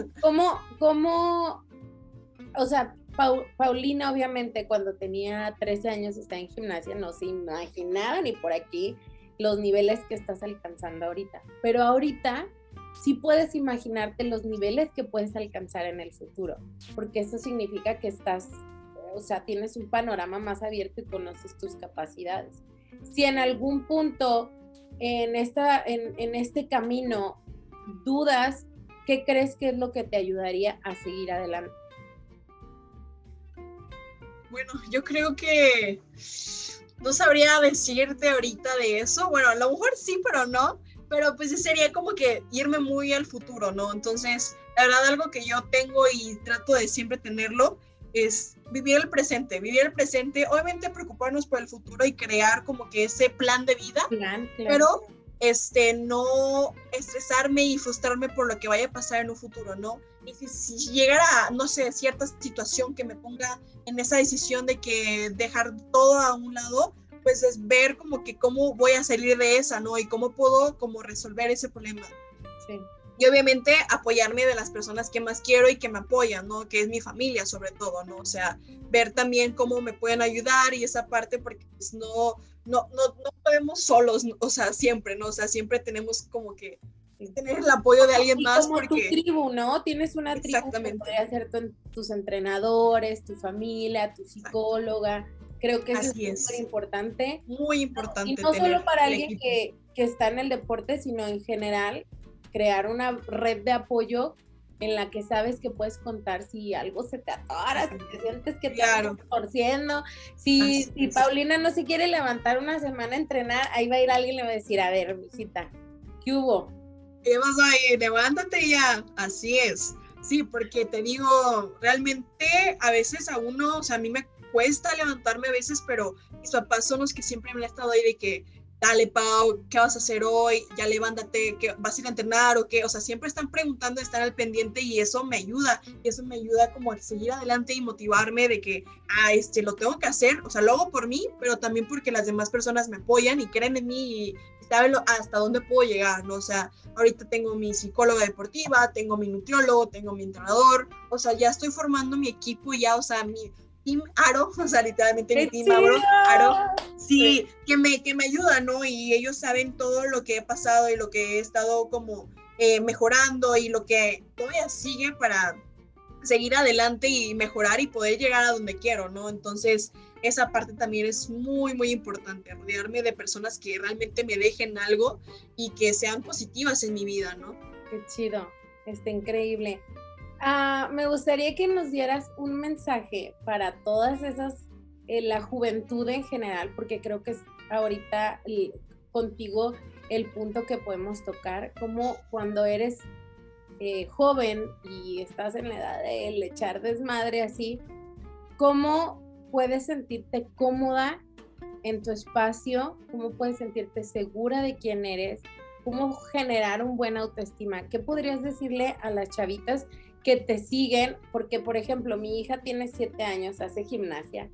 O sea, Paulina obviamente cuando tenía 13 años estaba en gimnasia, no se imaginaba ni por aquí los niveles que estás alcanzando ahorita, pero ahorita sí puedes imaginarte los niveles que puedes alcanzar en el futuro, porque eso significa que tienes un panorama más abierto y conoces tus capacidades. Si en algún punto en este camino dudas, ¿qué crees que es lo que te ayudaría a seguir adelante? Bueno, yo creo que no sabría decirte ahorita de eso. Bueno, a lo mejor sí, pero no. Pero pues sería como que irme muy al futuro, ¿no? Entonces, la verdad, algo que yo tengo y trato de siempre tenerlo es vivir el presente, obviamente preocuparnos por el futuro y crear como que ese plan de vida, claro. Pero no estresarme y frustrarme por lo que vaya a pasar en un futuro, ¿no? Y si llegara, no sé, cierta situación que me ponga en esa decisión de que dejar todo a un lado, pues es ver como que cómo voy a salir de esa, ¿no? Y cómo puedo como resolver ese problema. Sí. Y obviamente apoyarme de las personas que más quiero y que me apoyan, ¿no? Que es mi familia sobre todo, ¿no? O sea, ver también cómo me pueden ayudar y esa parte, porque pues no podemos solos, o sea, siempre, ¿no? O sea, siempre tenemos como que tener el apoyo de alguien más. Como tu tribu, ¿no? Tienes una tribu que podría ser tus entrenadores, tu familia, tu psicóloga. Creo que eso es súper importante. Muy importante. Y no solo para alguien que está en el deporte, sino en general, crear una red de apoyo en la que sabes que puedes contar si algo se te atora, si te sientes que te estás torciendo, si Paulina no se quiere levantar una semana a entrenar, ahí va a ir alguien y le va a decir, a ver, mijita, ¿qué hubo? ¿Qué vas a ir? Levántate ya. Así es. Sí, porque te digo, realmente a veces a uno, o sea, a mí me cuesta levantarme a veces, pero mis papás son los que siempre me han estado ahí de que, dale, Pau, ¿qué vas a hacer hoy? Ya levántate, ¿qué, vas a ir a entrenar o qué? O sea, siempre están preguntando, están al pendiente y eso me ayuda como a seguir adelante y motivarme de que, lo tengo que hacer, o sea, lo hago por mí, pero también porque las demás personas me apoyan y creen en mí y saben hasta dónde puedo llegar, ¿no? O sea, ahorita tengo mi psicóloga deportiva, tengo mi nutriólogo, tengo mi entrenador, o sea, ya estoy formando mi equipo ya, o sea, mi Team Aro, o sea, literalmente mi Team Aro, sí, que me ayuda, ¿no? Y ellos saben todo lo que he pasado y lo que he estado como mejorando y lo que todavía sigue para seguir adelante y mejorar y poder llegar a donde quiero, ¿no? Entonces, esa parte también es muy, muy importante, rodearme de personas que realmente me dejen algo y que sean positivas en mi vida, ¿no? Qué chido, está increíble. Me gustaría que nos dieras un mensaje para todas esas, la juventud en general, porque creo que es ahorita contigo el punto que podemos tocar, como cuando eres joven y estás en la edad de echar desmadre así, ¿cómo puedes sentirte cómoda en tu espacio? ¿Cómo puedes sentirte segura de quién eres? ¿Cómo generar un buen autoestima? ¿Qué podrías decirle a las chavitas que te siguen? Porque, por ejemplo, mi hija tiene 7 años, hace gimnasia.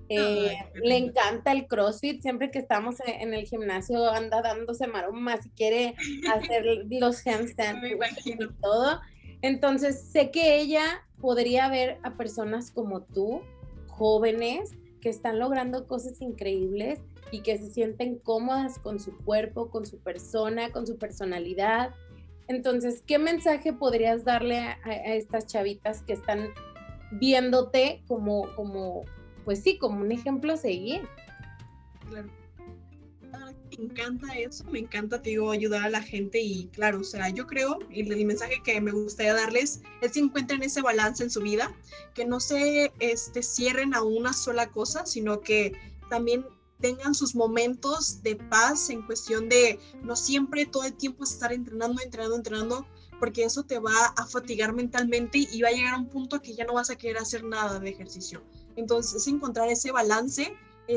Le encanta el CrossFit, siempre que estamos en el gimnasio anda dándose maromas y quiere hacer los handstands y todo. Entonces, sé que ella podría ver a personas como tú, jóvenes, que están logrando cosas increíbles y que se sienten cómodas con su cuerpo, con su persona, con su personalidad. Entonces, ¿qué mensaje podrías darle a estas chavitas que están viéndote como pues sí, como un ejemplo a seguir? Claro. Me encanta eso, me encanta, te digo, ayudar a la gente y claro, o sea, yo creo, y el mensaje que me gustaría darles es que encuentren ese balance en su vida, que no se cierren a una sola cosa, sino que también tengan sus momentos de paz en cuestión de no siempre todo el tiempo estar entrenando, porque eso te va a fatigar mentalmente y va a llegar a un punto que ya no vas a querer hacer nada de ejercicio. Entonces, encontrar ese balance,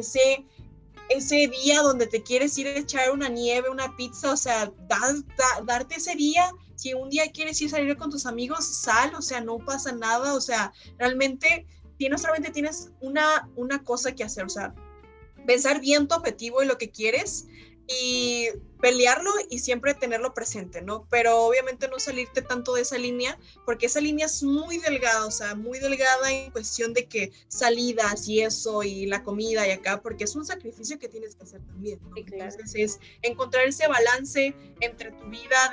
ese día donde te quieres ir a echar una nieve, una pizza, o sea, darte ese día. Si un día quieres ir a salir con tus amigos, sal, o sea, no pasa nada, o sea, realmente tienes una cosa que hacer, o sea, pensar bien tu objetivo y lo que quieres y pelearlo y siempre tenerlo presente, ¿no? Pero obviamente no salirte tanto de esa línea, porque esa línea es muy delgada, o sea, muy delgada en cuestión de que salidas y eso y la comida y acá, porque es un sacrificio que tienes que hacer también, ¿no? Sí, claro. Entonces es encontrar ese balance entre tu vida deportiva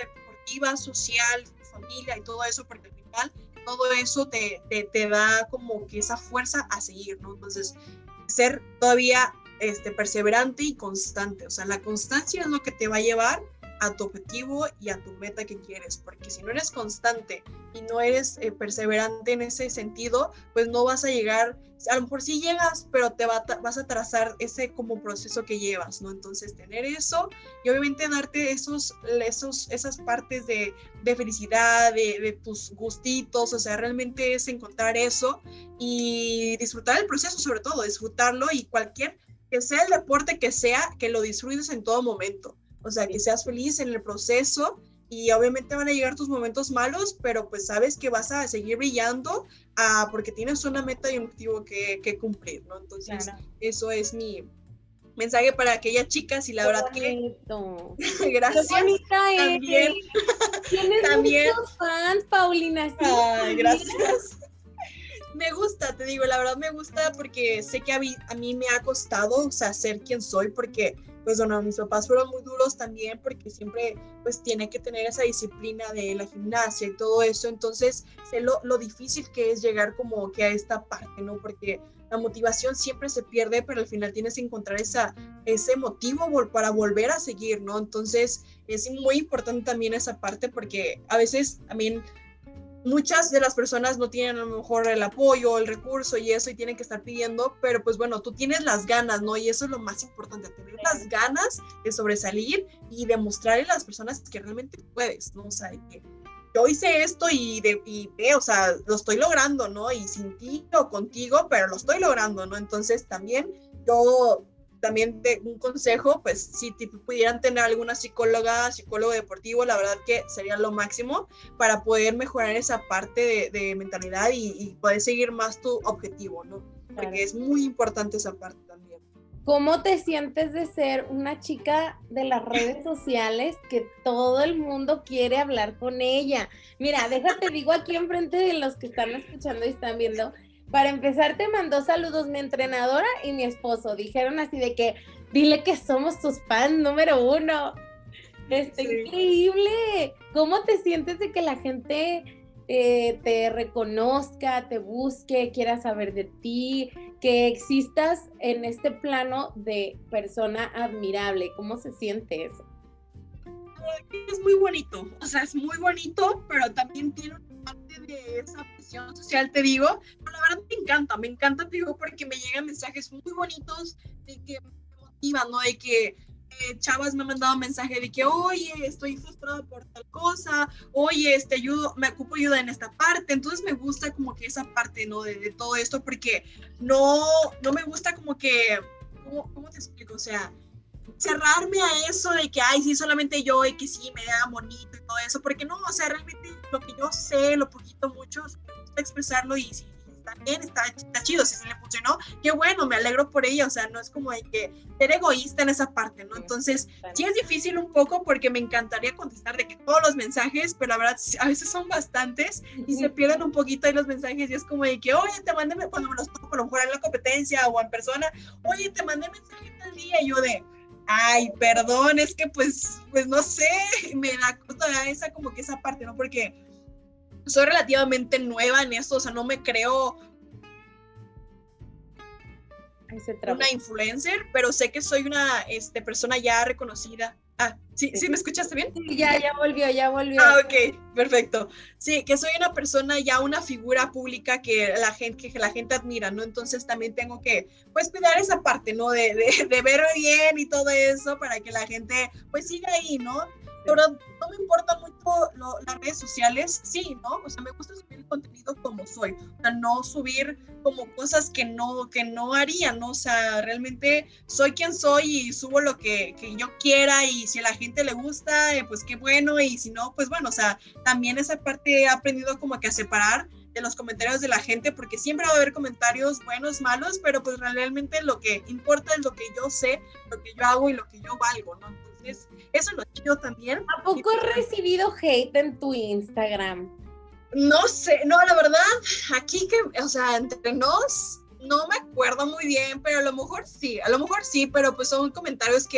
educativa, social, tu familia y todo eso, porque al final todo eso te da como que esa fuerza a seguir, ¿no? Entonces, ser todavía perseverante y constante, o sea, la constancia es lo que te va a llevar a tu objetivo y a tu meta que quieres, porque si no eres constante y no eres perseverante en ese sentido, pues no vas a llegar, a lo mejor sí llegas, pero vas a trazar ese como proceso que llevas, ¿no? Entonces tener eso y obviamente darte esas partes de felicidad, de tus gustitos, o sea, realmente es encontrar eso y disfrutar el proceso, sobre todo, disfrutarlo y que sea el deporte que sea, que lo disfrutes en todo momento. O sea, que seas feliz en el proceso y obviamente van a llegar tus momentos malos, pero pues sabes que vas a seguir brillando porque tienes una meta y un objetivo que cumplir, ¿no? Entonces, claro. Eso es mi mensaje para aquellas chicas y la verdad bonito. Que... Gracias. Qué bonita también. Tienes también. muchos fans, Paulina. Sí, ay, gracias. Me gusta, te digo, la verdad me gusta porque sé que a mí me ha costado, o sea, ser quien soy, porque, pues bueno, mis papás fueron muy duros también, porque siempre, pues, tiene que tener esa disciplina de la gimnasia y todo eso, entonces sé lo difícil que es llegar como que a esta parte, ¿no? Porque la motivación siempre se pierde, pero al final tienes que encontrar ese motivo para volver a seguir, ¿no? Entonces, es muy importante también esa parte, porque a veces también muchas de las personas no tienen a lo mejor el apoyo, el recurso y eso, y tienen que estar pidiendo, pero pues bueno, tú tienes las ganas, ¿no? Y eso es lo más importante, tener las ganas de sobresalir y demostrarle a las personas que realmente puedes, ¿no? O sea, que yo hice esto o sea, lo estoy logrando, ¿no? Y sin ti o contigo, pero lo estoy logrando, ¿no? Entonces también de un consejo, pues si pudieran tener alguna psicólogo deportivo, la verdad que sería lo máximo para poder mejorar esa parte de mentalidad y poder seguir más tu objetivo, ¿no? Porque claro. Es muy importante esa parte también. ¿Cómo te sientes de ser una chica de las redes sociales que todo el mundo quiere hablar con ella? Mira, déjate, digo aquí enfrente de los que están escuchando y están viendo. Para empezar, te mandó saludos mi entrenadora y mi esposo. Dijeron así de que, dile que somos tus fans número 1. Sí. Increíble. ¿Cómo te sientes de que la gente te reconozca, te busque, quiera saber de ti, que existas en este plano de persona admirable? ¿Cómo se siente eso? Es muy bonito, o sea, es muy bonito, pero también tiene una parte de esa presión social, te digo, pero la verdad me encanta, te digo, porque me llegan mensajes muy bonitos de que me motivan, ¿no? De que chavas me han mandado mensaje de que, oye, estoy frustrada por tal cosa, oye, me ocupo ayuda en esta parte, entonces me gusta como que esa parte, ¿no? De todo esto, porque no me gusta como que, ¿cómo te explico? O sea, cerrarme a eso de que, ay, sí, solamente yo y que sí, me da bonito y todo eso, porque no, o sea, realmente lo que yo sé, lo poquito, mucho, me gusta expresarlo y si está bien, está chido, si se le funcionó, qué bueno, me alegro por ella, o sea, no es como de que ser egoísta en esa parte, ¿no? Entonces, sí es difícil un poco porque me encantaría contestar de que todos los mensajes, pero la verdad, a veces son bastantes y se pierden un poquito ahí los mensajes y es como de que, oye, te mandé, cuando me los toco, a lo mejor en la competencia o en persona, oye, te mandé mensaje tal día y yo de, ay, perdón, es que pues no sé, me da toda esa como que esa parte, ¿no? Porque soy relativamente nueva en esto, o sea, no me creo una influencer, pero sé que soy una persona ya reconocida. Ah, ¿sí me escuchaste bien? Sí, ya volvió. Ah, ok, perfecto. Sí, que soy una persona ya, una figura pública que la gente admira, ¿no? Entonces también tengo que, pues, cuidar esa parte, ¿no? De ver bien y todo eso para que la gente, pues, siga ahí, ¿no? Pero no me importan mucho las redes sociales, sí, ¿no? O sea, me gusta subir el contenido como soy, o sea, no subir como cosas que no haría, ¿no? O sea, realmente soy quien soy y subo lo que yo quiera y si a la gente le gusta, pues qué bueno, y si no, pues bueno, o sea, también esa parte he aprendido como que a separar de los comentarios de la gente, porque siempre va a haber comentarios buenos, malos, pero pues realmente lo que importa es lo que yo sé, lo que yo hago y lo que yo valgo, ¿no? Entonces, eso lo chido también. ¿A poco has recibido hate en tu Instagram? No sé, no, la verdad, aquí o sea, entre nos, no me acuerdo muy bien, pero a lo mejor sí, pero pues son comentarios que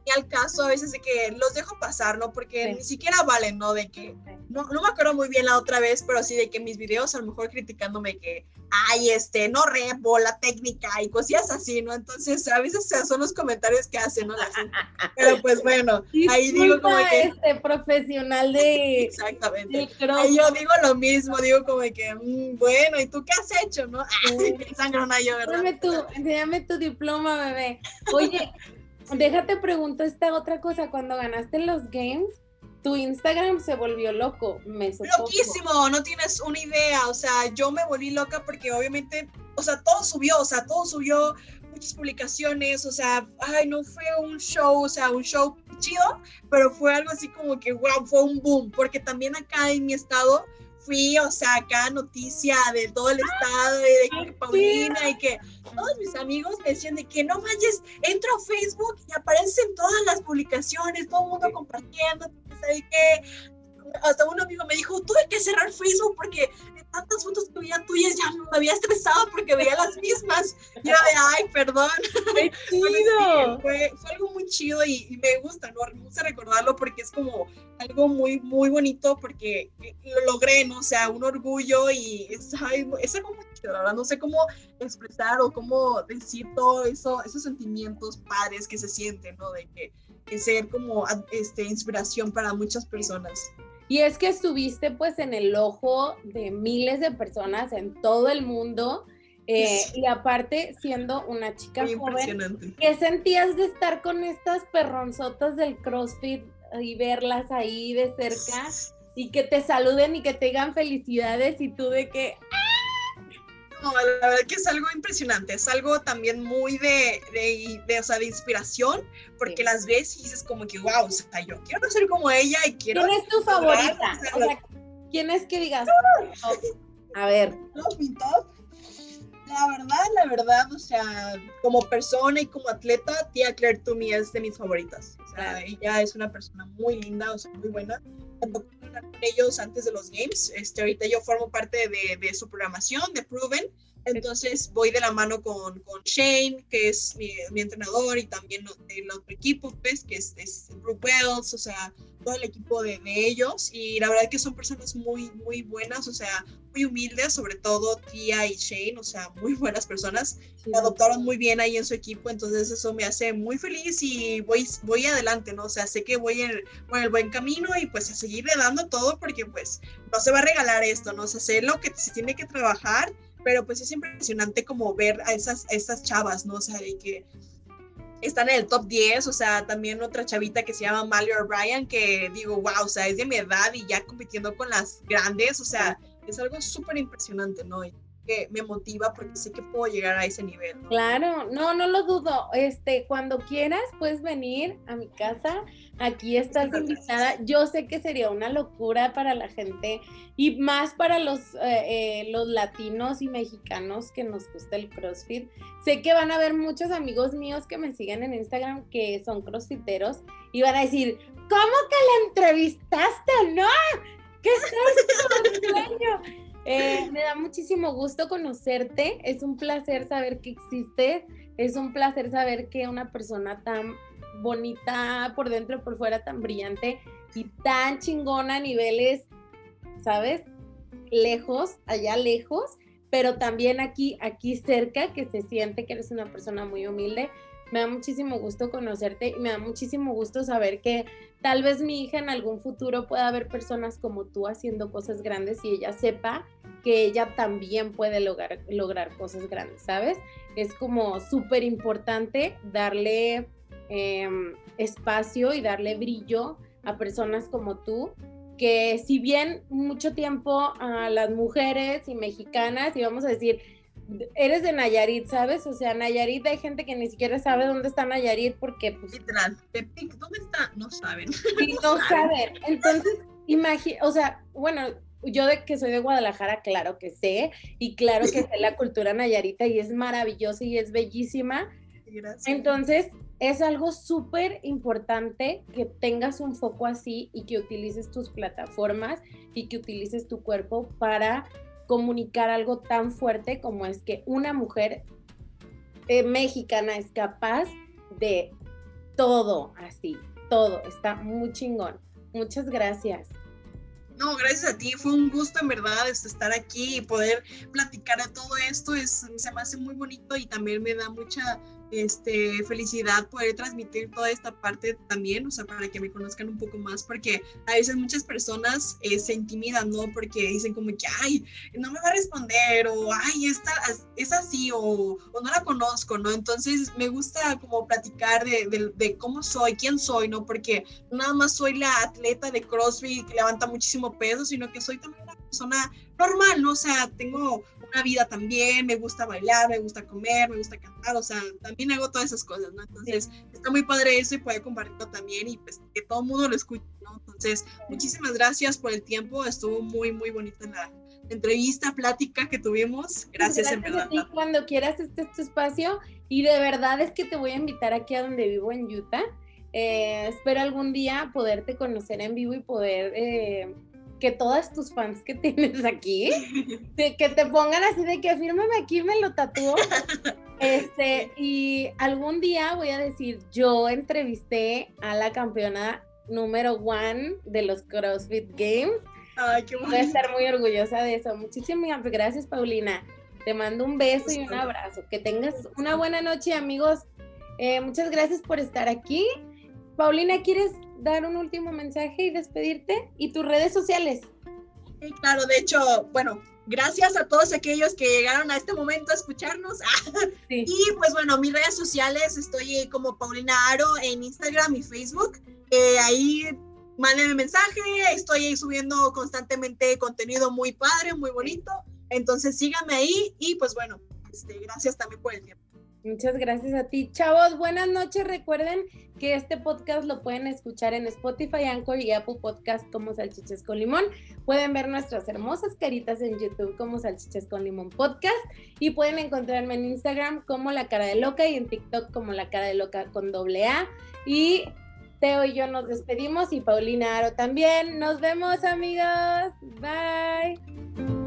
y al caso a veces de que los dejo pasar, ¿no? Porque ni siquiera valen, ¿no? De que, no me acuerdo muy bien la otra vez, pero sí de que mis videos a lo mejor criticándome que, ay, no repo, la técnica y cosillas así, ¿no? Entonces a veces son los comentarios que hacen, ¿no? La gente. Pero pues bueno, ahí digo como que... profesional de... Exactamente. Ahí yo digo lo mismo, digo como que, bueno, ¿y tú qué has hecho, no? Sí. Qué sangrona yo, ¿verdad? Enséñame tu diploma, bebé. Oye, déjate pregunto esta otra cosa, cuando ganaste los games, tu Instagram se volvió loco, me supongo. Loquísimo, no tienes una idea, o sea, yo me volví loca porque obviamente, o sea, todo subió, muchas publicaciones, o sea, ay, no fue un show, o sea, un show chido, pero fue algo así como que, wow, fue un boom, porque también acá en mi estado fui, o sea, acá noticia de todo el estado, y de que Paulina, y que todos mis amigos me decían de que no manches, entro a Facebook y aparecen todas las publicaciones, todo el mundo compartiendo, ¿sabes qué? Hasta un amigo me dijo, tuve que cerrar Facebook porque de tantas fotos que veía tuyas ya me había estresado porque veía las mismas. Y yo de, ay, perdón. ¡Qué chido! Sí, fue algo muy chido y me gusta, ¿no? Me gusta recordarlo porque es como algo muy, muy bonito porque lo logré, ¿no? O sea, un orgullo y es algo muy chido, la verdad. No sé cómo expresar o cómo decir todo eso, esos sentimientos padres que se sienten, ¿no? De que ser como inspiración para muchas personas. Y es que estuviste pues en el ojo de miles de personas en todo el mundo, y aparte siendo una chica muy joven, ¿qué sentías de estar con estas perronzotas del CrossFit y verlas ahí de cerca y que te saluden y que te digan felicidades y tú de que... No, la verdad que es algo impresionante, es algo también muy o sea, de inspiración, porque las ves y dices como que, wow, o sea, yo quiero ser como ella y quiero... ¿Quién es tu favorita? O sea, ¿quién es que digas? A ver. Mi top. La verdad, o sea, como persona y como atleta, tía Claire Toomey es de mis favoritas. O sea, ella es una persona muy linda, o sea, muy buena. Cuando hablar con ellos antes de los games, ahorita yo formo parte de su programación, de Proven, entonces voy de la mano con Shane, que es mi entrenador, y también el otro equipo, pues, que es Brooke Wells, o sea, todo el equipo de ellos, y la verdad que son personas muy, muy buenas, o sea, muy humildes, sobre todo Tía y Shane, o sea, muy buenas personas, me adoptaron muy bien ahí en su equipo, entonces eso me hace muy feliz y voy adelante, ¿no? O sea, sé que voy por el buen camino y pues a seguirle dando todo porque pues no se va a regalar esto, ¿no? O sea, sé lo que se tiene que trabajar, pero pues es impresionante como ver a esas chavas, ¿no? O sea, de que están en el top 10, o sea, también otra chavita que se llama Mallory O'Brien, que digo, wow, o sea, es de mi edad y ya compitiendo con las grandes, o sea, es algo súper impresionante, ¿no? Y que me motiva porque sé que puedo llegar a ese nivel, ¿no? Claro, no lo dudo. Cuando quieras puedes venir a mi casa. Aquí estás invitada. Yo sé que sería una locura para la gente y más para los latinos y mexicanos que nos gusta el CrossFit. Sé que van a haber muchos amigos míos que me siguen en Instagram que son crossfiteros y van a decir, ¿cómo que la entrevistaste? ¿No? ¿Qué es esto? Sueño. Me da muchísimo gusto conocerte, es un placer saber que existes, es un placer saber que una persona tan bonita por dentro y por fuera, tan brillante y tan chingona a niveles, ¿sabes? Lejos, allá lejos, pero también aquí cerca, que se siente que eres una persona muy humilde. Me da muchísimo gusto conocerte y me da muchísimo gusto saber que tal vez mi hija en algún futuro pueda ver personas como tú haciendo cosas grandes y ella sepa que ella también puede lograr cosas grandes, ¿sabes? Es como súper importante darle espacio y darle brillo a personas como tú, que si bien mucho tiempo a las mujeres y mexicanas, y vamos a decir, eres de Nayarit, ¿sabes? O sea, Nayarit hay gente que ni siquiera sabe dónde está Nayarit porque pues... Literal, ¿dónde está? No saben. Sí, no saben. Entonces, o sea, bueno, yo de que soy de Guadalajara, claro que sé, y claro que sé la cultura nayarita y es maravillosa y es bellísima. Gracias. Entonces, es algo súper importante que tengas un foco así y que utilices tus plataformas y que utilices tu cuerpo para comunicar algo tan fuerte como es que una mujer mexicana es capaz de todo así, todo, está muy chingón. Muchas gracias. No, gracias a ti, fue un gusto en verdad estar aquí y poder platicar de todo esto, se me hace muy bonito y también me da mucha felicidad poder transmitir toda esta parte también, o sea, para que me conozcan un poco más, porque a veces muchas personas se intimidan, ¿no? Porque dicen como que, ay, no me va a responder, o ay, esta es así, o no la conozco, ¿no? Entonces me gusta como platicar de cómo soy, quién soy, ¿no? Porque no nada más soy la atleta de CrossFit que levanta muchísimo peso, sino que soy también una persona normal, ¿no? O sea, tengo una vida también, me gusta bailar, me gusta comer, me gusta cantar, o sea, también hago todas esas cosas, ¿no? Entonces, está muy padre eso y poder compartirlo también y pues que todo el mundo lo escuche, ¿no? Entonces, muchísimas gracias por el tiempo, estuvo muy, muy bonita la entrevista, plática que tuvimos, gracias en verdad. A ti, cuando quieras este es tu espacio y de verdad es que te voy a invitar aquí a donde vivo en Utah, espero algún día poderte conocer en vivo y poder... que todas tus fans que tienes aquí, que te pongan así de que fírmame aquí, me lo tatúo. Y algún día voy a decir, yo entrevisté a la campeona número 1 de los CrossFit Games. Ay, qué bonito. Voy a estar muy orgullosa de eso. Muchísimas gracias, Paulina. Te mando un beso y un abrazo. Que tengas una buena noche, amigos. Muchas gracias por estar aquí. Paulina, ¿quieres dar un último mensaje y despedirte? ¿Y tus redes sociales? Sí, claro, de hecho, bueno, gracias a todos aquellos que llegaron a este momento a escucharnos. Sí. Y pues bueno, mis redes sociales, estoy como Paulina Aro en Instagram y Facebook. Ahí mándenme mensaje, estoy ahí subiendo constantemente contenido muy padre, muy bonito. Entonces síganme ahí y pues bueno, gracias también por el tiempo. Muchas gracias a ti. Chavos, buenas noches. Recuerden que este podcast lo pueden escuchar en Spotify, Anchor y Apple Podcast como Salchichas con Limón. Pueden ver nuestras hermosas caritas en YouTube como Salchichas con Limón Podcast y pueden encontrarme en Instagram como La Cara de Loca y en TikTok como La Cara de Loca con AA. Y Teo y yo nos despedimos y Paulina Aro también. Nos vemos, amigos. Bye.